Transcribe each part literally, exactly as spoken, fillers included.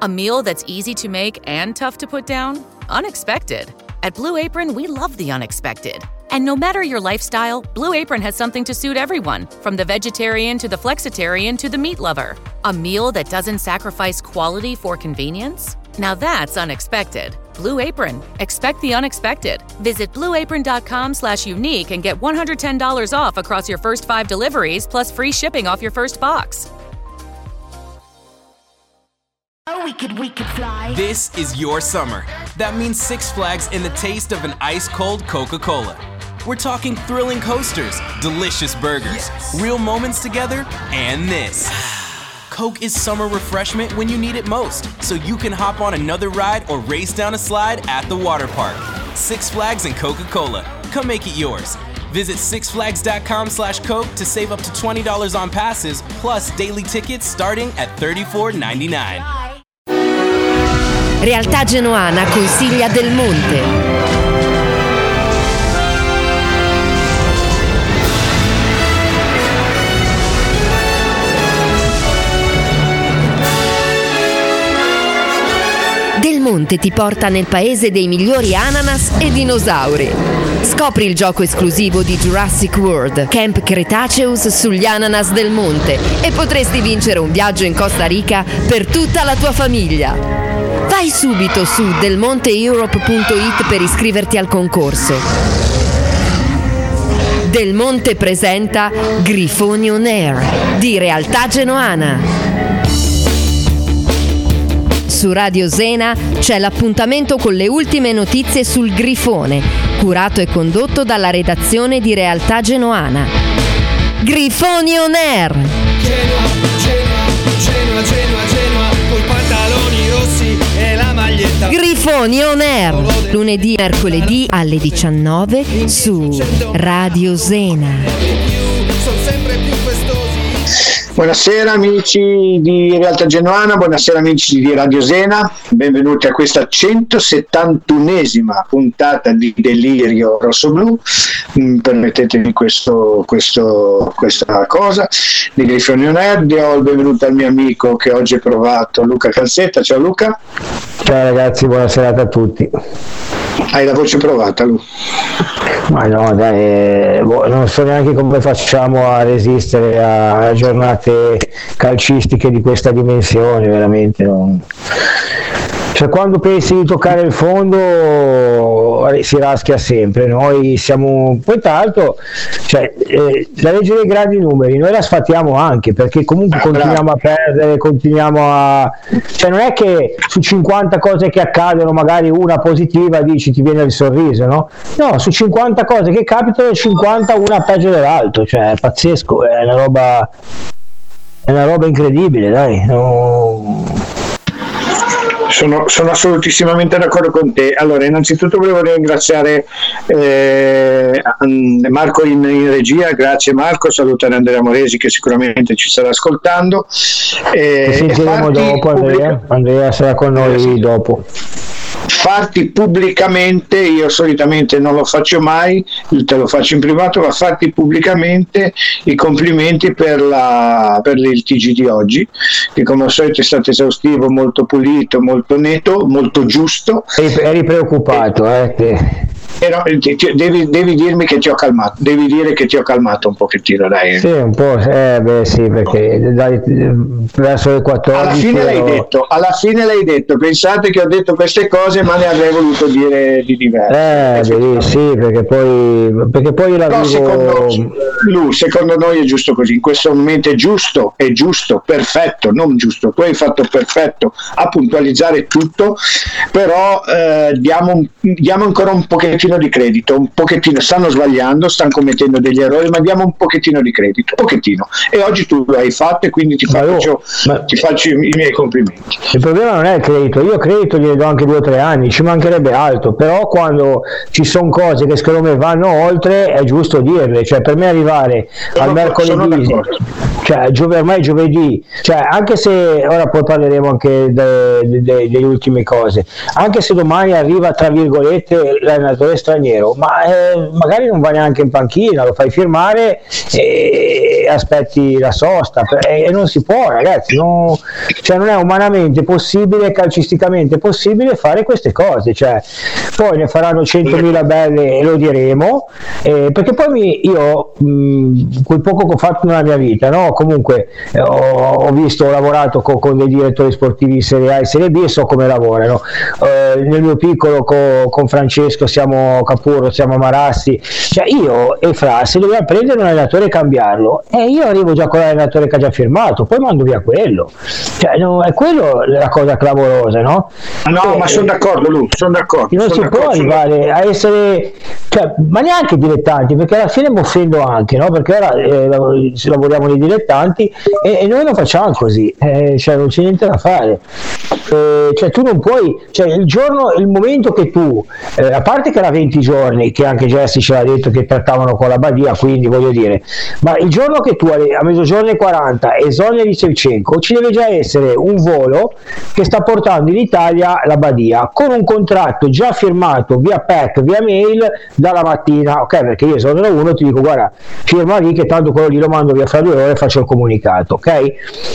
A meal that's easy to make and tough to put down? Unexpected. At Blue Apron, we love the unexpected. And no matter your lifestyle, Blue Apron has something to suit everyone, from the vegetarian to the flexitarian to the meat lover. A meal that doesn't sacrifice quality for convenience? Now that's unexpected. Blue Apron. Expect the unexpected. Visit blueapron.com slash unique and get one hundred ten dollars off across your first five deliveries, plus free shipping off your first box. Oh, we could, we could fly. This is your summer. That means Six Flags and the taste of an ice-cold Coca-Cola. We're talking thrilling coasters, delicious burgers, yes. real moments together, and this. Coke is summer refreshment when you need it most, so you can hop on another ride or race down a slide at the water park. Six Flags and Coca-Cola. Come make it yours. Visit sixflags.com slash Coke to save up to twenty dollars on passes, plus daily tickets starting at thirty-four ninety-nine. Realtà Genoana consiglia Del Monte. Del Monte ti porta nel paese dei migliori ananas e dinosauri. Scopri il gioco esclusivo di Jurassic World, Camp Cretaceous sugli ananas del Monte, e potresti vincere un viaggio in Costa Rica per tutta la tua famiglia. Vai subito su delmonteeurope punto it per iscriverti al concorso. Del Monte presenta Grifoni On Air di Realtà Genoana. Su Radio Zena c'è l'appuntamento con le ultime notizie sul Grifone, curato e condotto dalla redazione di Realtà Genoana. Grifoni On Air! Genoa, Genoa, Genoa, Genoa, Genoa, coi pantaloni rossi e la maglietta. Grifoni On Air, lunedì e mercoledì alle diciannove su Radio Zena. Sono sempre più festosi. Buonasera amici di Realtà Genoana, buonasera amici di Radio Zena, benvenuti a questa centosettantunesima puntata di Delirio Rossoblu. Mm, permettetemi questo, questo, questa cosa di Grifoni On Air. Do il benvenuto al mio amico che oggi è provato, Luca Calzetta. Ciao Luca. Ciao ragazzi, buona serata a tutti. Hai la voce provata, Lu? Ma no, dai, eh, boh, non so neanche come facciamo a resistere a giornate calcistiche di questa dimensione, veramente. Non... Cioè, quando pensi di toccare il fondo si raschia sempre. Noi siamo, poi tra l'altro, cioè, eh, la legge dei grandi numeri noi la sfatiamo anche, perché comunque continuiamo a perdere, continuiamo a, cioè non è che su cinquanta cose che accadono magari una positiva dici ti viene il sorriso, no? No, su cinquanta cose che capitano cinquanta una peggio dell'altro, cioè è pazzesco, è una roba è una roba incredibile, dai. No... Sono, sono assolutissimamente d'accordo con te. Allora, innanzitutto volevo ringraziare eh, Marco in, in regia, grazie Marco, salutare Andrea Moresi che sicuramente ci starà ascoltando. Eh, Ci sentiremo dopo, Andrea. Andrea sarà con noi sì. dopo. Farti pubblicamente, io solitamente non lo faccio mai, te lo faccio in privato, ma farti pubblicamente i complimenti per, la, per il T G di oggi, che come al solito è stato esaustivo, molto pulito, molto netto, molto giusto. Eri, eri preoccupato, eh? Che... Però, devi, devi dirmi che ti ho calmato, devi dire che ti ho calmato un pochettino, dai. Sì, un po', eh, beh sì, perché dai, verso le quattordici alla fine l'hai ero... detto, alla fine l'hai detto, pensate che ho detto queste cose ma ne avrei voluto dire di diverse. Eh, beh, sì, perché poi perché poi la vivo... secondo, lui, secondo noi è giusto così, in questo momento è giusto, è giusto, perfetto, non giusto, tu hai fatto perfetto a puntualizzare tutto, però eh, diamo, diamo ancora un pochettino di credito, un pochettino, stanno sbagliando, stanno commettendo degli errori, ma diamo un pochettino di credito, un pochettino, e oggi tu lo hai fatto e quindi ti faccio, ma... ti faccio i, i miei complimenti. Il problema non è il credito, io credito gliene do anche due o tre anni, ci mancherebbe altro, però quando ci sono cose che secondo me vanno oltre è giusto dirle, cioè per me arrivare sono, al mercoledì, cioè giove, ormai giovedì, cioè anche se ora poi parleremo anche de, de, de, delle ultime cose, anche se domani arriva tra virgolette l'allenatore allenatore straniero, ma eh, magari non va neanche in panchina, lo fai firmare e aspetti la sosta, e non si può, ragazzi, non, cioè non è umanamente possibile, calcisticamente possibile fare queste cose, cioè, poi ne faranno centomila belle e lo diremo, eh, perché poi mi, io mh, quel poco che ho fatto nella mia vita, no? Comunque eh, ho, ho visto, ho lavorato con, con dei direttori sportivi Serie A e Serie B e so come lavorano, eh, nel mio piccolo co, con Francesco siamo Capurro, siamo Marassi, cioè io e Fra, se dobbiamo prendere un allenatore e cambiarlo, e io arrivo già con l'allenatore che ha già firmato, poi mando via quello, cioè no, è quello la cosa clamorosa, no? No, eh, ma sono d'accordo, Lu, sono d'accordo. Non son si d'accordo, può arrivare a essere, cioè, ma neanche dilettanti, perché alla fine mi offendo anche, no? Perché ora eh, lavoriamo nei dilettanti e, e noi lo facciamo così, eh, cioè non c'è niente da fare, eh, cioè tu non puoi, cioè il giorno, il momento che tu, eh, a parte che era venti giorni, che anche Jesse ci aveva detto che trattavano con la Badia, quindi voglio dire, ma il giorno che tu a mezzogiorno e quaranta esoneri Shevchenko, ci deve già essere un volo che sta portando in Italia la Badia con un contratto già firmato via P E C, via mail dalla mattina, ok, perché io sono uno e ti dico guarda firma lì che tanto quello lì lo mando via fra due ore e faccio il comunicato, ok?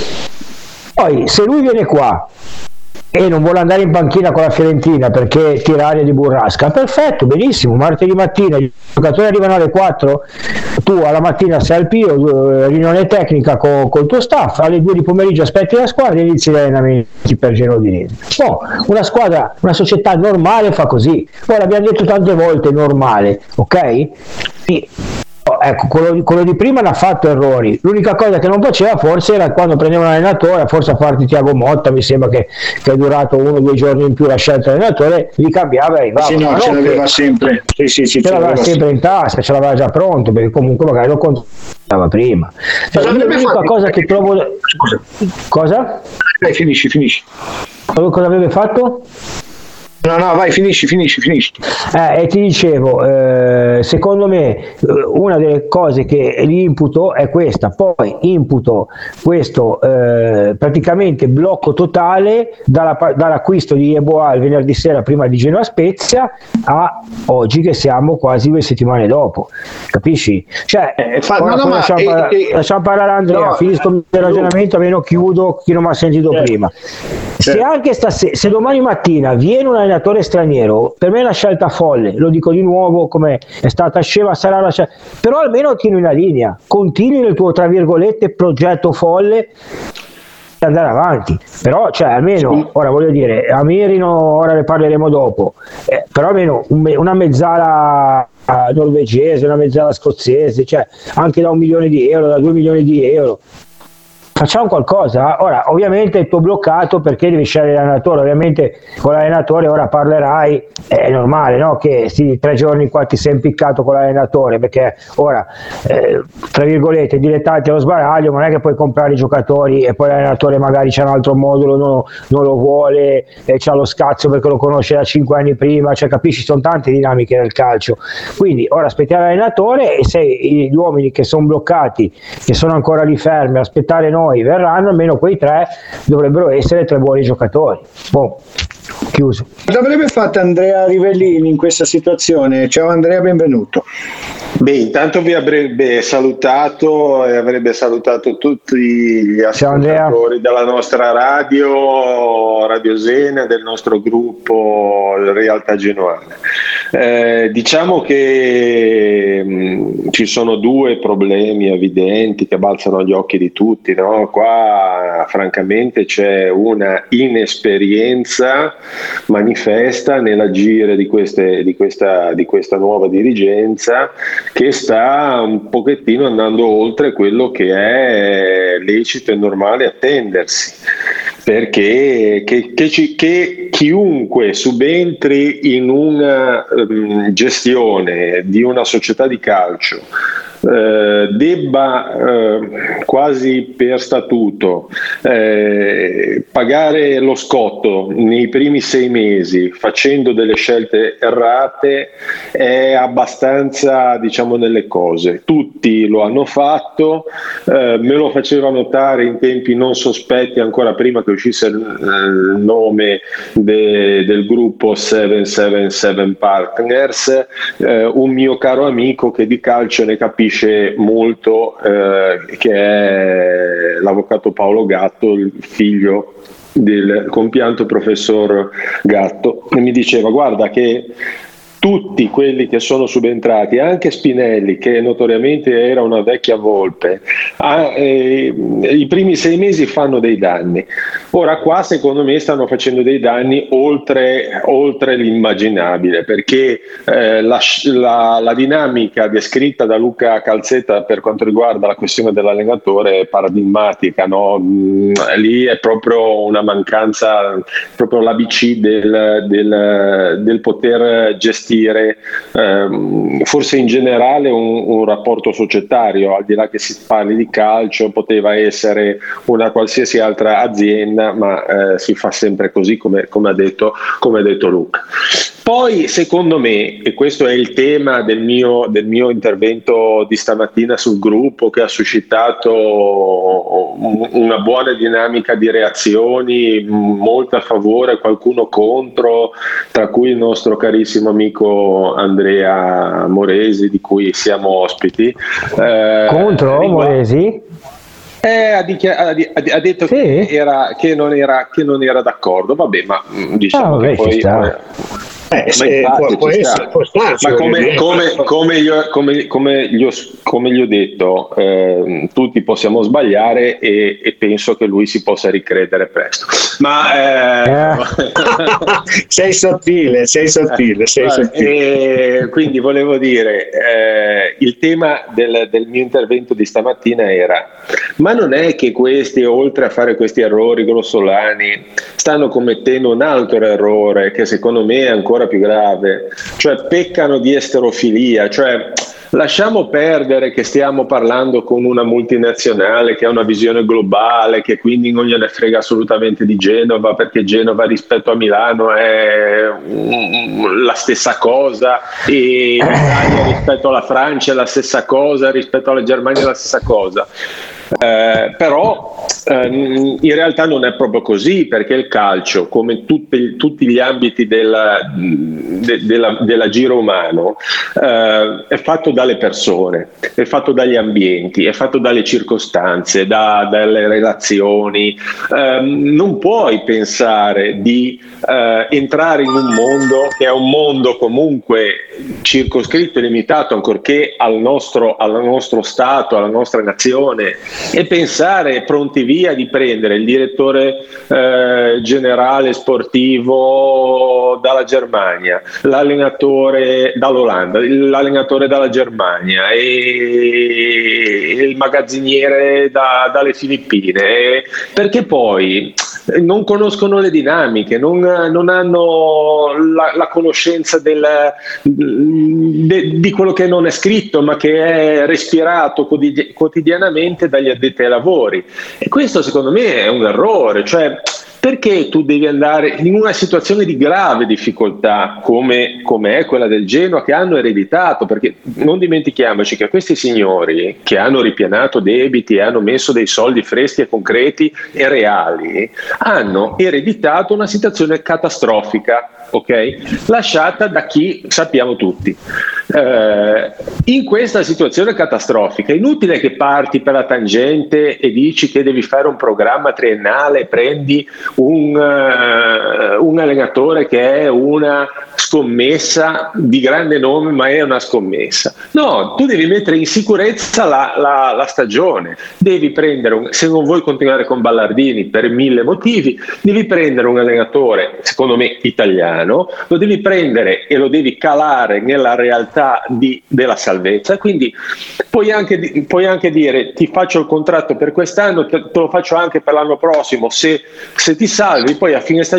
Poi se lui viene qua e non vuole andare in panchina con la Fiorentina perché tira aria di burrasca, perfetto, benissimo, martedì mattina i giocatori arrivano alle quattro, tu alla mattina sei al Pio, riunione tecnica con, con il tuo staff, alle due di pomeriggio aspetti la squadra e inizi gli allenamenti per Genoa Udinese. Oh, una squadra, una società normale fa così, poi l'abbiamo detto tante volte, normale, ok? Sì. Ecco, quello, quello di prima l'ha fatto errori, l'unica cosa che non faceva forse era quando prendeva un allenatore, forse a parte Thiago Motta mi sembra che, che è durato uno o due giorni in più la scelta dell'allenatore, li cambiava e arrivava, sì, no, ce l'aveva sempre, sì, sì, sì, ce l'aveva sempre in tasca, ce l'aveva già pronto, perché comunque magari lo controllava prima, cioè, l'unica cosa che trovo scusa cosa? Eh, finisci, finisci cosa avrebbe fatto? No, no, vai, finisci, finisci, finisci. Eh, e ti dicevo, eh, secondo me una delle cose che gli imputo è questa, poi imputo questo eh, praticamente blocco totale dalla, dall'acquisto di Yeboah il venerdì sera prima di Genoa Spezia a oggi che siamo quasi due settimane dopo, capisci? Cioè, eh, fa, ora no, no, lasciamo, ma, parla- eh, lasciamo parlare Andrea, no, finisco il mio ragionamento, almeno chiudo chi non mi ha sentito certo, prima. Certo. Se anche stasera, se domani mattina viene un allenatore straniero, per me è una scelta folle, lo dico di nuovo come è stata Sceva, sarà la scelta, però almeno tieni una linea, continui nel tuo tra virgolette progetto folle e andare avanti, però cioè almeno, ora voglio dire, a Mirino ora ne parleremo dopo, eh, però almeno un me- una mezzala norvegese, una mezzala scozzese, cioè anche da un milione di euro, da due milioni di euro, facciamo qualcosa. Ora ovviamente il tuo bloccato perché devi scegliere l'allenatore, ovviamente con l'allenatore ora parlerai, è normale, no? Che sì, tre giorni qua ti sei impiccato con l'allenatore, perché ora eh, tra virgolette dilettanti allo sbaraglio, ma non è che puoi comprare i giocatori e poi l'allenatore magari c'è un altro modulo, non, non lo vuole e c'ha lo scazzo perché lo conosce da cinque anni prima, cioè capisci, sono tante dinamiche nel calcio, quindi ora aspettiamo l'allenatore e se gli uomini che sono bloccati, che sono ancora lì fermi a aspettare noi verranno, almeno quei tre dovrebbero essere tre buoni giocatori. Boh, chiuso. Cosa avrebbe fatto Andrea Rivellini in questa situazione? Ciao Andrea, benvenuto. Beh, intanto vi avrebbe salutato e avrebbe salutato tutti gli ascoltatori della nostra radio, Radio Sena, del nostro gruppo Realtà Genoane. Eh, diciamo che mh, ci sono due problemi evidenti che balzano agli occhi di tutti, no? Qua francamente c'è una inesperienza manifesta nell'agire di, queste, di, questa, di questa nuova dirigenza, che sta un pochettino andando oltre quello che è lecito e normale attendersi, perché che, che, ci, che chiunque subentri in una um, gestione di una società di calcio eh, debba eh, quasi per statuto eh, pagare lo scotto nei primi sei mesi facendo delle scelte errate è abbastanza, diciamo, nelle cose. Tutti lo hanno fatto, eh, me lo faceva notare in tempi non sospetti ancora prima che uscisse il, il nome de, del gruppo sette sette sette Partners, eh, un mio caro amico che di calcio ne capisce molto, eh, che è l'avvocato Paolo Gatto, il figlio del compianto professor Gatto, e mi diceva: guarda che tutti quelli che sono subentrati, anche Spinelli, che notoriamente era una vecchia volpe, ah, eh, i primi sei mesi fanno dei danni. Ora qua secondo me stanno facendo dei danni oltre, oltre l'immaginabile, perché eh, la, la, la dinamica descritta da Luca Calzetta per quanto riguarda la questione dell'allenatore è paradigmatica, no? Mm, lì è proprio una mancanza, proprio l'A B C del, del, del poter gestire ehm, forse in generale un, un rapporto societario, al di là che si parli di calcio, poteva essere una qualsiasi altra azienda, ma eh, si fa sempre così, come, come, ha detto, come ha detto Luca. Poi secondo me, e questo è il tema del mio, del mio intervento di stamattina sul gruppo, che ha suscitato una buona dinamica di reazioni, molto a favore, qualcuno contro, tra cui il nostro carissimo amico Andrea Moresi, di cui siamo ospiti. Eh, contro riguardo... Moresi? Eh, ha, dichi- ha, ha detto sì. che, era, che, non era, che non era d'accordo, vabbè, ma diciamo ah, vabbè, che poi... poi Eh, se, ma può, può essere, può starci, ma come, come, come, gli ho, come, come, gli ho, come gli ho detto, eh, tutti possiamo sbagliare e, e penso che lui si possa ricredere presto. Ma eh, eh. sei sottile, sei sottile, sei eh, sottile. E quindi volevo dire, eh, il tema del, del mio intervento di stamattina era: ma non è che questi, oltre a fare questi errori grossolani, stanno commettendo un altro errore che secondo me è ancora più grave, cioè peccano di esterofilia, cioè lasciamo perdere che stiamo parlando con una multinazionale che ha una visione globale, che quindi non gliene frega assolutamente di Genova, perché Genova rispetto a Milano è la stessa cosa, e l'Italia rispetto alla Francia è la stessa cosa, rispetto alla Germania è la stessa cosa. Eh, però eh, in realtà non è proprio così, perché il calcio, come tutti, tutti gli ambiti della, de, della, dell'agire umano, eh, è fatto dalle persone, è fatto dagli ambienti, è fatto dalle circostanze, da, dalle relazioni. Eh, non puoi pensare di eh, entrare in un mondo che è un mondo comunque circoscritto e limitato, ancorché al nostro, al nostro Stato, alla nostra nazione, e pensare pronti via di prendere il direttore eh, generale sportivo dalla Germania, l'allenatore dall'Olanda, l'allenatore dalla Germania e il magazziniere da, dalle Filippine, perché poi non conoscono le dinamiche, non, non hanno la, la conoscenza del, de, di quello che non è scritto ma che è respirato quotidianamente dagli addetti ai lavori, e questo secondo me è un errore. Cioè, perché tu devi andare in una situazione di grave difficoltà come, come è quella del Genoa, che hanno ereditato, perché non dimentichiamoci che questi signori che hanno ripianato debiti e hanno messo dei soldi freschi e concreti e reali hanno ereditato una situazione catastrofica, ok? Lasciata da chi sappiamo tutti. Eh, in questa situazione catastrofica, inutile che parti per la tangente e dici che devi fare un programma triennale, prendi un, uh, un allenatore che è una scommessa di grande nome, ma è una scommessa. No, tu devi mettere in sicurezza la, la, la stagione, devi prendere un, se non vuoi continuare con Ballardini per mille motivi, devi prendere un allenatore, secondo me italiano, lo devi prendere e lo devi calare nella realtà di, della salvezza. Quindi puoi anche, puoi anche dire: ti faccio il contratto per quest'anno, te, te lo faccio anche per l'anno prossimo, se, se ti salvi poi a fine stagione cambi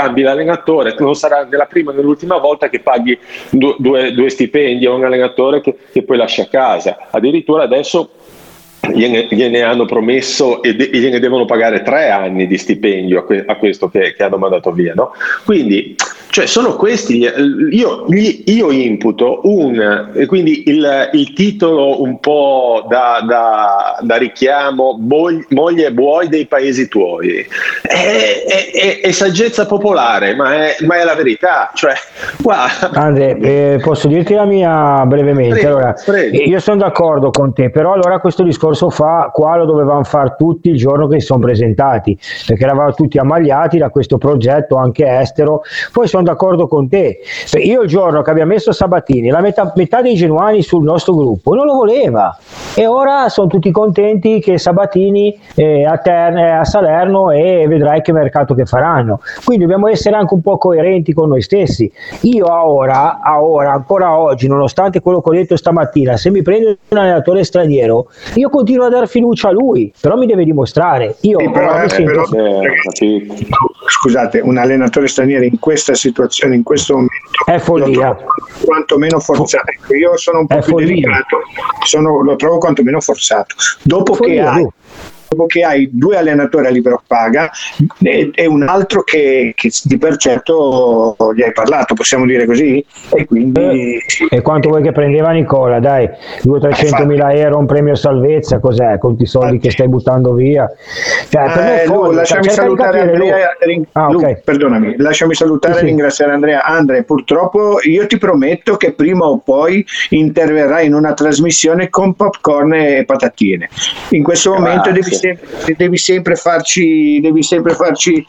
cambi l'allenatore, non sarà né la prima né l'ultima volta che paghi due, due, due stipendi a un allenatore che, che poi lascia a casa. Addirittura adesso Gliene, gliene hanno promesso e de, gliene devono pagare tre anni di stipendio a, que, a questo che, che hanno mandato via, no? Quindi, cioè, sono questi, io, io imputo un, e quindi il, il titolo un po' da, da, da richiamo, moglie e buoi dei paesi tuoi, è, è, è saggezza popolare, ma è, ma è la verità. Cioè, qua... Andre, eh, posso dirti la mia brevemente? Prego, allora, prego. Io sono d'accordo con te, però allora questo discorso fa qua lo dovevamo fare tutti il giorno che si sono presentati, perché eravamo tutti ammagliati da questo progetto anche estero. Poi sono d'accordo con te, io il giorno che abbiamo messo Sabatini, la metà, metà dei genuani sul nostro gruppo non lo voleva, e ora sono tutti contenti che Sabatini è a, Ter- è a Salerno, e vedrai che mercato che faranno. Quindi dobbiamo essere anche un po' coerenti con noi stessi. Io a ora, a ora ancora oggi, nonostante quello che ho detto stamattina, se mi prende un allenatore straniero, io continuo a dare fiducia a lui, però mi deve dimostrare. Io sì, però, mi eh, sento... però, ragazzi, scusate, un allenatore straniero in questa situazione, in questo momento, è follia, quantomeno forzato. Io sono un po' è più follia. delicato, sono, lo trovo quantomeno forzato. Dopo che Follia, hai tu. dopo che hai due allenatori a libero paga e, e un altro che, che di per certo gli hai parlato, possiamo dire così, e quindi eh, e quanto vuoi che prendeva Nicola? Dai, duecento trecentomila euro un premio salvezza, cos'è? Con i soldi che stai buttando via, cioè, per me è eh, folle, Lu, lasciami cerca di salutare capire, Andrea, ring- ah, Lu, okay. perdonami, lasciami salutare Sì, e sì. ringraziare Andrea. Andrea, purtroppo io ti prometto che prima o poi interverrai in una trasmissione con popcorn e patatine. In questo momento devi sempre, devi sempre farci devi sempre farci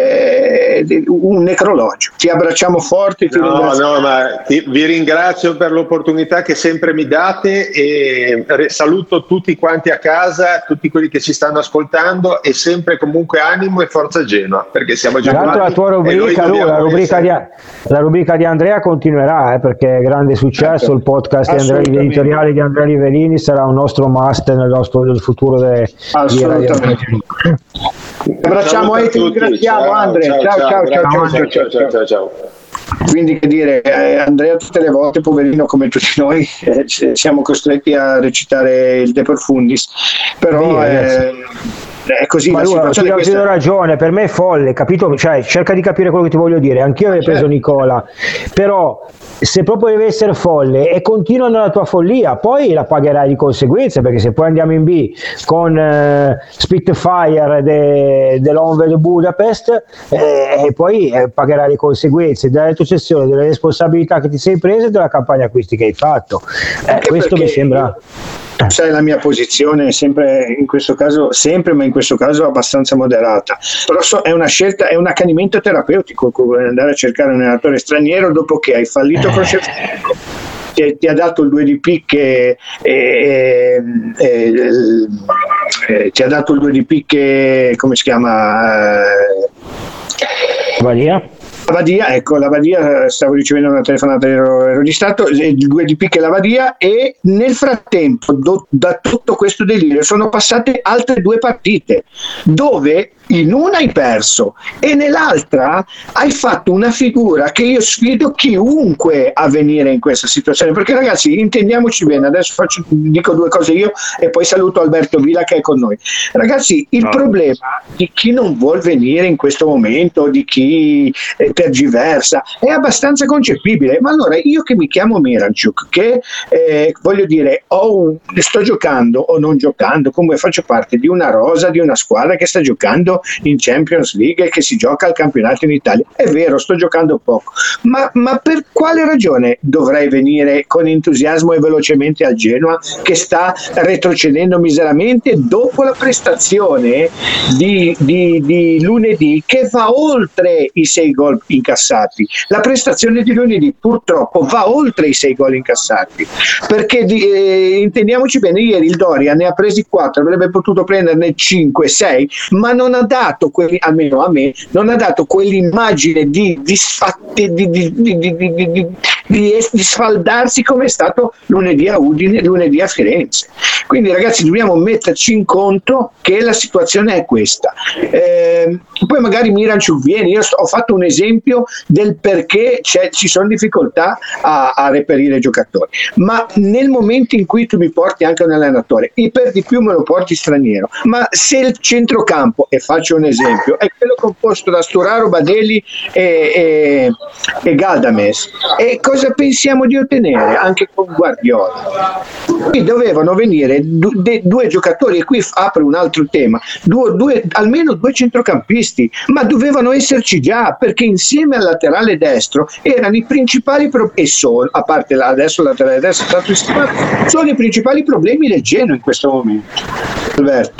eh, un necrologio. Ti abbracciamo forte, ti no ringrazio. no ma ti, vi ringrazio per l'opportunità che sempre mi date, e re, saluto tutti quanti a casa, tutti quelli che ci stanno ascoltando, e sempre comunque animo e forza Genoa, perché siamo già Tra l'altro la tua rubrica, Lu, la, rubrica di, la rubrica di Andrea continuerà, eh, perché è grande successo, certo. Il podcast di Andrea, editoriale di Andrea Rivelini sarà un nostro must nel nostro nel futuro de, di Radio. Abbracciamo e ti ringraziamo, ciao, Andrea. Ciao ciao ciao ciao ciao, ciao, ciao, ciao, ciao, ciao. Quindi che dire, eh, Andrea tutte le volte, poverino come tutti noi, eh, siamo costretti a recitare il De Profundis, però eh, è così. Ma la lui, situazione ti, questa... ti do ragione, per me è folle, capito? Cioè, cerca di capire quello che ti voglio dire. Anch'io avevo preso Nicola, però se proprio deve essere folle e continua nella tua follia, poi la pagherai di conseguenza, perché se poi andiamo in B con eh, Spitfire de, dell'Onved Budapest eh, e poi eh, pagherai le conseguenze della retrocessione, delle responsabilità che ti sei presa e della campagna acquisti che hai fatto. Eh, questo mi sembra... Sai, la mia posizione è sempre, in questo caso, sempre, ma in questo caso abbastanza moderata. Però so, è una scelta, è un accanimento terapeutico andare a cercare un allenatore straniero dopo che hai fallito con Shevchenko. Ti, ti ha dato il due di picche e, e, e, e ti ha dato il due di picche, come si chiama? Valia? Lavadia, ecco, Lavadia, stavo ricevendo una telefonata, ero, ero distratto, il due di picche Lavadia, e nel frattempo do, da tutto questo delirio sono passate altre due partite dove in una hai perso e nell'altra hai fatto una figura che io sfido chiunque a venire in questa situazione, perché ragazzi, intendiamoci bene, adesso faccio, dico due cose io e poi saluto Alberto Villa che è con noi. Ragazzi, il no. problema di chi non vuol venire in questo momento, di chi eh, tergiversa, è abbastanza concepibile, ma allora io che mi chiamo Miranchuk, che eh, voglio dire, ho, sto giocando o non giocando, comunque faccio parte di una rosa, di una squadra che sta giocando in Champions League e che si gioca al campionato in Italia. È vero, sto giocando poco, ma, ma per quale ragione dovrei venire con entusiasmo e velocemente al Genoa che sta retrocedendo miseramente dopo la prestazione di, di, di lunedì, che va oltre i sei gol incassati? La prestazione di lunedì purtroppo va oltre i sei gol incassati, perché di, eh, intendiamoci bene, ieri il Doria ne ha presi quattro, avrebbe potuto prenderne cinque sei, ma non ha dato quelli, almeno a me non ha dato quell'immagine di disfatti di, di, di, di, di, di, di, di sfaldarsi come è stato lunedì a Udine, lunedì a Firenze. Quindi ragazzi dobbiamo metterci in conto che la situazione è questa. Eh, poi magari Miranchuk viene, io ho fatto un esempio del perché c'è, ci sono difficoltà a, a reperire giocatori, ma nel momento in cui tu mi porti anche un allenatore e per di più me lo porti straniero, ma se il centrocampo, e faccio un esempio, è quello composto da Sturaro, Badelli e, e, e Galdames, e cosa pensiamo di ottenere anche con Guardiola? Qui dovevano venire du, de, due giocatori, e qui apro un altro tema, due, due, almeno due centrocampisti, ma dovevano esserci già, perché insieme al laterale destro erano i principali pro- e sono, a parte la, adesso il laterale destro è stato sistemato, sono i principali problemi del Genoa in questo momento. Alberto.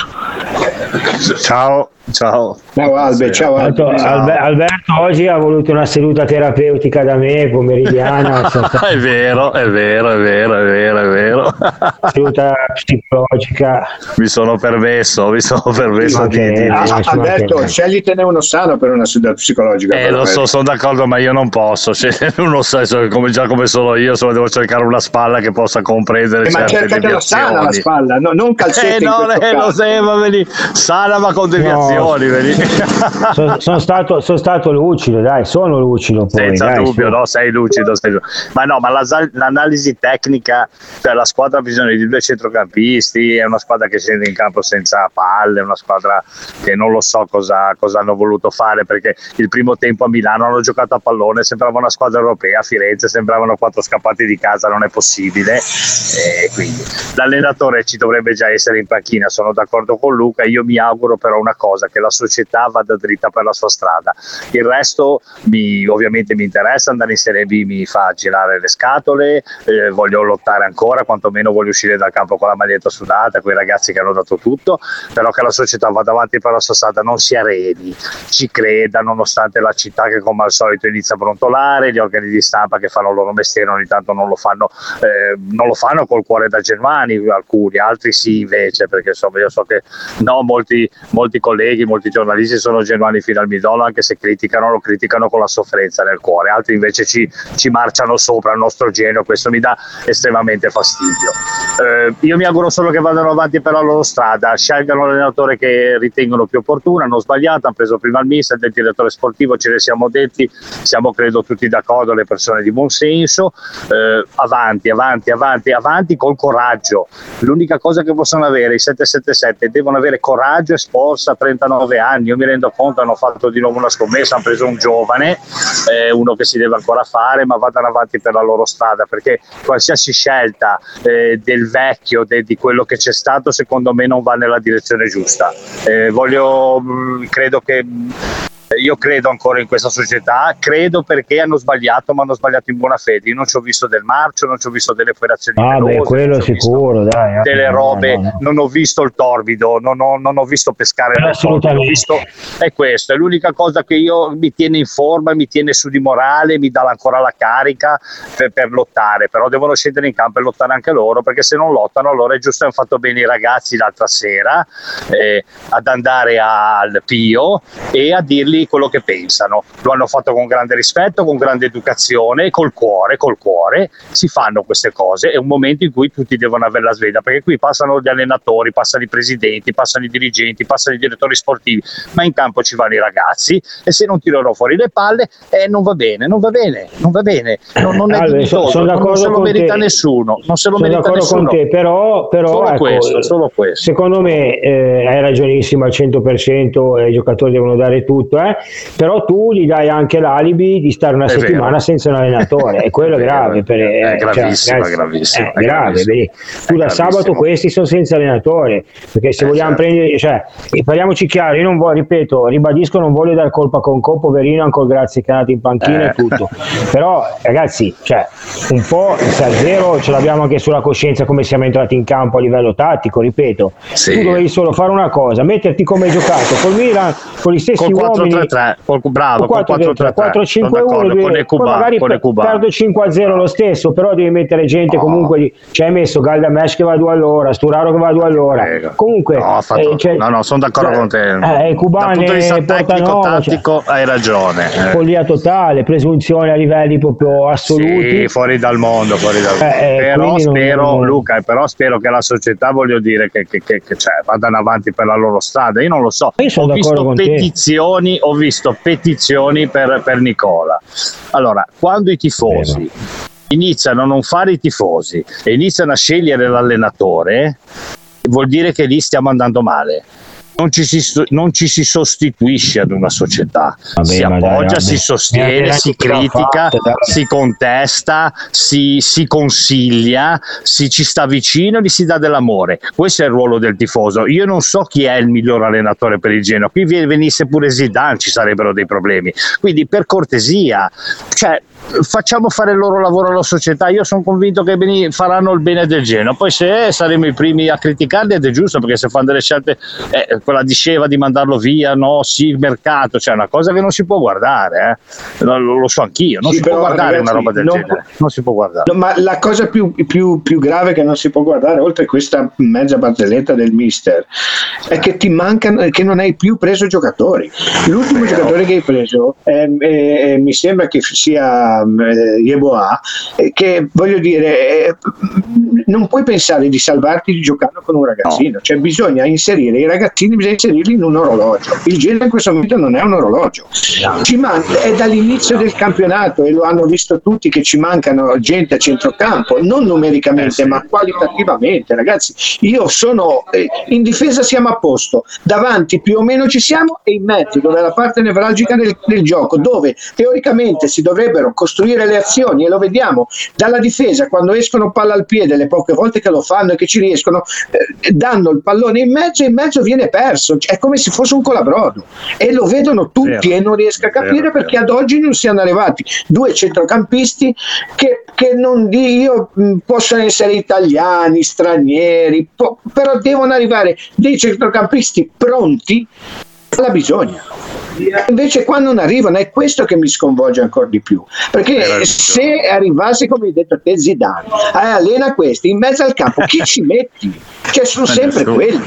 Ciao. Ciao. Ciao Albe, ciao Albe. Albe, Alberto oggi ha voluto una seduta terapeutica da me, pomeridiana. È vero, è vero, è vero, è vero, è vero. Seduta psicologica. Mi sono permesso, mi sono permesso Ma di, che- di, di- Ah, Alberto, sceglitene uno sano per una seduta psicologica. Eh, però, lo so, sono d'accordo, ma io non posso. Cioè, uno sa, cioè, come, già come sono io, insomma, devo cercare una spalla che possa comprendere Eh, ma certe cercatela sana la deviazioni. spalla, no, non calzette Eh in no, questo eh, lo caso. sai, ma vedi, sana ma con deviazioni, vedi. Sono, sono stato, sono stato lucido, dai, sono lucido poi. Senza dai, dubbio, su. no? Sei lucido, sei lucido. Ma no, ma la- l'analisi tecnica, cioè la squadra ha bisogno di due centrocampisti, è una squadra che scende in campo senza palle, è una squadra che non lo so cosa, cosa hanno voluto fare, perché il primo tempo a Milano hanno giocato a pallone, sembrava una squadra europea, a Firenze sembravano quattro scappati di casa, non è possibile. E quindi l'allenatore ci dovrebbe già essere in panchina, sono d'accordo con Luca. Io mi auguro però una cosa, che la società vada dritta per la sua strada. Il resto mi, ovviamente mi interessa, andare in Serie B mi fa girare le scatole, eh, voglio lottare ancora, quantomeno voglio uscire dal campo con la maglietta sudata, quei ragazzi che hanno dato tutto, però che la società vada avanti per la sua strada, non si arredi, ci creda, nonostante la città che come al solito inizia a brontolare, gli organi di stampa che fanno il loro mestiere ogni tanto non lo fanno, eh, non lo fanno col cuore da genuani, alcuni, altri sì invece, perché insomma io so che no, molti, molti colleghi, molti giornalisti sono genuani fino al midollo, anche se criticano, lo criticano con la sofferenza nel cuore, altri invece ci, ci marciano sopra il nostro genio, questo mi dà estremamente fastidio. Eh, io mi auguro solo che vadano avanti per la loro strada, scelgano l'allenatore che ritengono più opportuno, hanno sbagliato, hanno preso prima il mister, del direttore sportivo, ce ne siamo detti, siamo credo tutti d'accordo, le persone di buon senso, eh, avanti, avanti, avanti, avanti col coraggio. L'unica cosa che possono avere i sette sette sette, devono avere coraggio e sforzo a trentanove anni. Io mi rendo conto, hanno fatto di nuovo una scommessa, hanno preso un giovane, eh, uno che si deve ancora fare, ma vadano avanti per la loro strada, perché qualsiasi scelta eh, del vecchio, de, di quello che c'è stato, secondo me non va nella direzione giusta. Eh, voglio, mh, credo che Io credo ancora in questa società, credo perché hanno sbagliato, ma hanno sbagliato in buona fede. Io non ci ho visto del marcio, non ci ho visto delle operazioni Ah, velose, beh, quello non ci ho sicuro, visto dai. delle no, robe, no, no. non ho visto il torbido, non ho, non ho visto pescare Eh, nel torbido, ho visto, è questo, è l'unica cosa che io mi tiene in forma, mi tiene su di morale, mi dà ancora la carica per, per lottare, però devono scendere in campo e lottare anche loro, perché se non lottano allora è giusto, hanno fatto bene i ragazzi l'altra sera eh, ad andare al Pio e a dirgli quello che pensano. Lo hanno fatto con grande rispetto, con grande educazione, col cuore, col cuore si fanno queste cose. È un momento in cui tutti devono avere la sveglia, perché qui passano gli allenatori, passano i presidenti, passano i dirigenti, passano i direttori sportivi, ma in campo ci vanno i ragazzi e se non tirano fuori le palle eh, non va bene, non va bene, non va bene, non, non è Allora, dignitoso, sono non, non se lo con merita te. nessuno, non se lo Sono merita d'accordo nessuno. con te, però, però Solo ecco, questo, solo questo. Secondo me eh, hai ragionissimo al cento per cento, eh, i giocatori devono dare tutto, eh, però tu gli dai anche l'alibi di stare una È settimana vero. senza un allenatore e quello è grave, per, eh, È gravissimo, cioè, è gravissimo, è è grave, gravissimo. vedi? Tu È da sabato gravissimo. questi sono senza allenatore, perché se Eh, vogliamo certo. prendere, cioè, e parliamoci chiaro, io non voglio, ripeto, ribadisco, non voglio dar colpa con Co, poverino, ancora grazie che è andato in panchina Eh. e tutto, però ragazzi, cioè, un po' il zero ce l'abbiamo anche sulla coscienza come siamo entrati in campo a livello tattico, ripeto, Sì. tu dovevi solo fare una cosa, metterti come hai giocato col Milan, con gli stessi Col uomini tre tre, bravo, con quattro tre tre, quattro cinque uno, magari perdo cinque a zero lo stesso, però devi mettere gente, oh. comunque ci hai messo Galdamesh che va due all'ora, Sturaro che va due all'ora, Prego. comunque no, fatto, eh, cioè, no no sono d'accordo cioè, con te, eh, Cubane, dal punto di vista tecnico tattico cioè, hai ragione, eh. follia totale, presunzione a livelli proprio assoluti, sì, fuori dal mondo, fuori dal mondo. Eh, eh, però spero non... Luca, però spero che la società, voglio dire, che, che, che, che cioè, vadano avanti per la loro strada. Io non lo so, io ho visto petizioni, ho visto petizioni per, per Nicola. Allora, quando i tifosi eh, iniziano a non fare i tifosi e iniziano a scegliere l'allenatore, vuol dire che lì stiamo andando male. Non ci, si, non ci si sostituisce ad una società, vabbè, si appoggia, dai, si sostiene, si critica, fatto, si contesta, si, si consiglia, si ci sta vicino, gli si dà dell'amore. Questo è il ruolo del tifoso. Io non so chi è il miglior allenatore per il Genoa, qui venisse pure Zidane ci sarebbero dei problemi, quindi per cortesia, cioè facciamo fare il loro lavoro alla società. Io sono convinto che faranno il bene del Genoa, poi se saremo i primi a criticarli ed è giusto, perché se fanno delle scelte, eh, quella di Sceva di mandarlo via, no, sì, il mercato, cioè una cosa che non si può guardare, eh. lo, lo so anch'io, non sì, si può guardare, ragazzi, una roba del non, genere non si può guardare. No, ma la cosa più, più, più grave che non si può guardare, oltre a questa mezza barzelletta del mister, è che ti mancano, che non hai più preso giocatori. L'ultimo Vero. giocatore che hai preso eh, eh, mi sembra che sia Eh, Yeboah, eh, che voglio dire eh, non puoi pensare di salvarti giocando con un ragazzino, no. Cioè bisogna inserire i ragazzini, bisogna inserirli in un orologio. Il Genoa in questo momento non è un orologio, no. Ci manca, è dall'inizio del campionato e lo hanno visto tutti che ci mancano gente a centrocampo, non numericamente eh sì. ma qualitativamente, ragazzi. Io sono eh, in difesa siamo a posto, davanti più o meno ci siamo, e in mezzo, dove è la parte nevralgica del, del gioco, dove teoricamente si dovrebbero costruire le azioni, e lo vediamo dalla difesa quando escono palla al piede, le poche volte che lo fanno e che ci riescono, eh, danno il pallone in mezzo e in mezzo viene perso, è come se fosse un colabrodo, e lo vedono tutti. Vero. E non riesco a capire vero, perché vero. ad oggi non siano arrivati due centrocampisti che, che non di io mh, possono essere italiani, stranieri, po- però devono arrivare dei centrocampisti pronti alla bisogna. Invece qua non arrivano, è questo che mi sconvolge ancora di più, perché se arrivasse, come hai detto te, Zidane, eh, allena questi in mezzo al campo, chi ci metti? Cioè sono sempre quelli.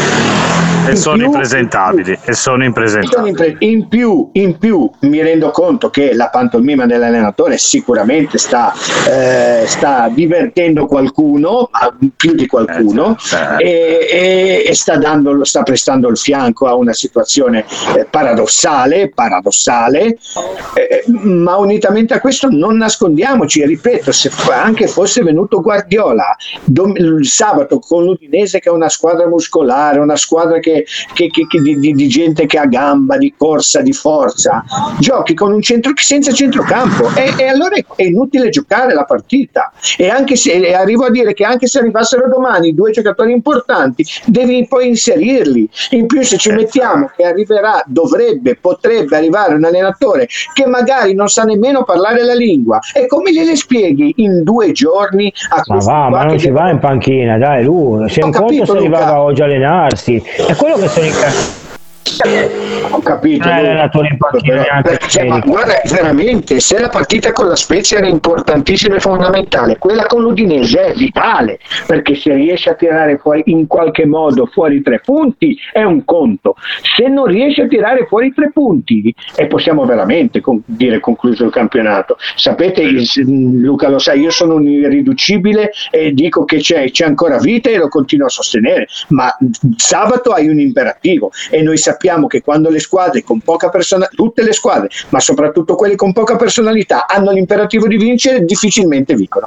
E in sono più, impresentabili in e sono impresentabili. Impre- in più, in più mi rendo conto che la pantomima dell'allenatore sicuramente sta, eh, sta divertendo qualcuno, più di qualcuno, eh, certo. e, e, e sta, dando, sta prestando il fianco a una situazione eh, paradossale, paradossale eh, ma unitamente a questo non nascondiamoci, ripeto, se anche fosse venuto Guardiola dom- il sabato con l'Udinese, che è una squadra muscolare, una squadra che Che, che, che di, di, di gente che ha gamba, di corsa, di forza, giochi con un centro senza centrocampo e, e allora è, è inutile giocare la partita. E anche se e arrivo a dire che anche se arrivassero domani due giocatori importanti, devi poi inserirli. In più, se ci mettiamo che arriverà, dovrebbe, potrebbe arrivare un allenatore che magari non sa nemmeno parlare la lingua, e come gliele spieghi in due giorni a ma va, ma non ci va in panchina, dai, lui se un conto se arrivava oggi a allenarsi, è quello che sono in casa. Ho capito, eh, cioè, ma guarda, veramente, se la partita con la Spezia era importantissima e fondamentale, quella con l'Udinese è vitale, perché se riesce a tirare fuori in qualche modo fuori tre punti è un conto. Se non riesce a tirare fuori tre punti, e possiamo veramente con- dire concluso il campionato. Sapete, il, Luca lo sa, io sono un irriducibile e dico che c'è, c'è ancora vita e lo continuo a sostenere, ma sabato hai un imperativo, e noi sappiamo che quando le squadre con poca personalità, tutte le squadre, ma soprattutto quelle con poca personalità, hanno l'imperativo di vincere, difficilmente vincono.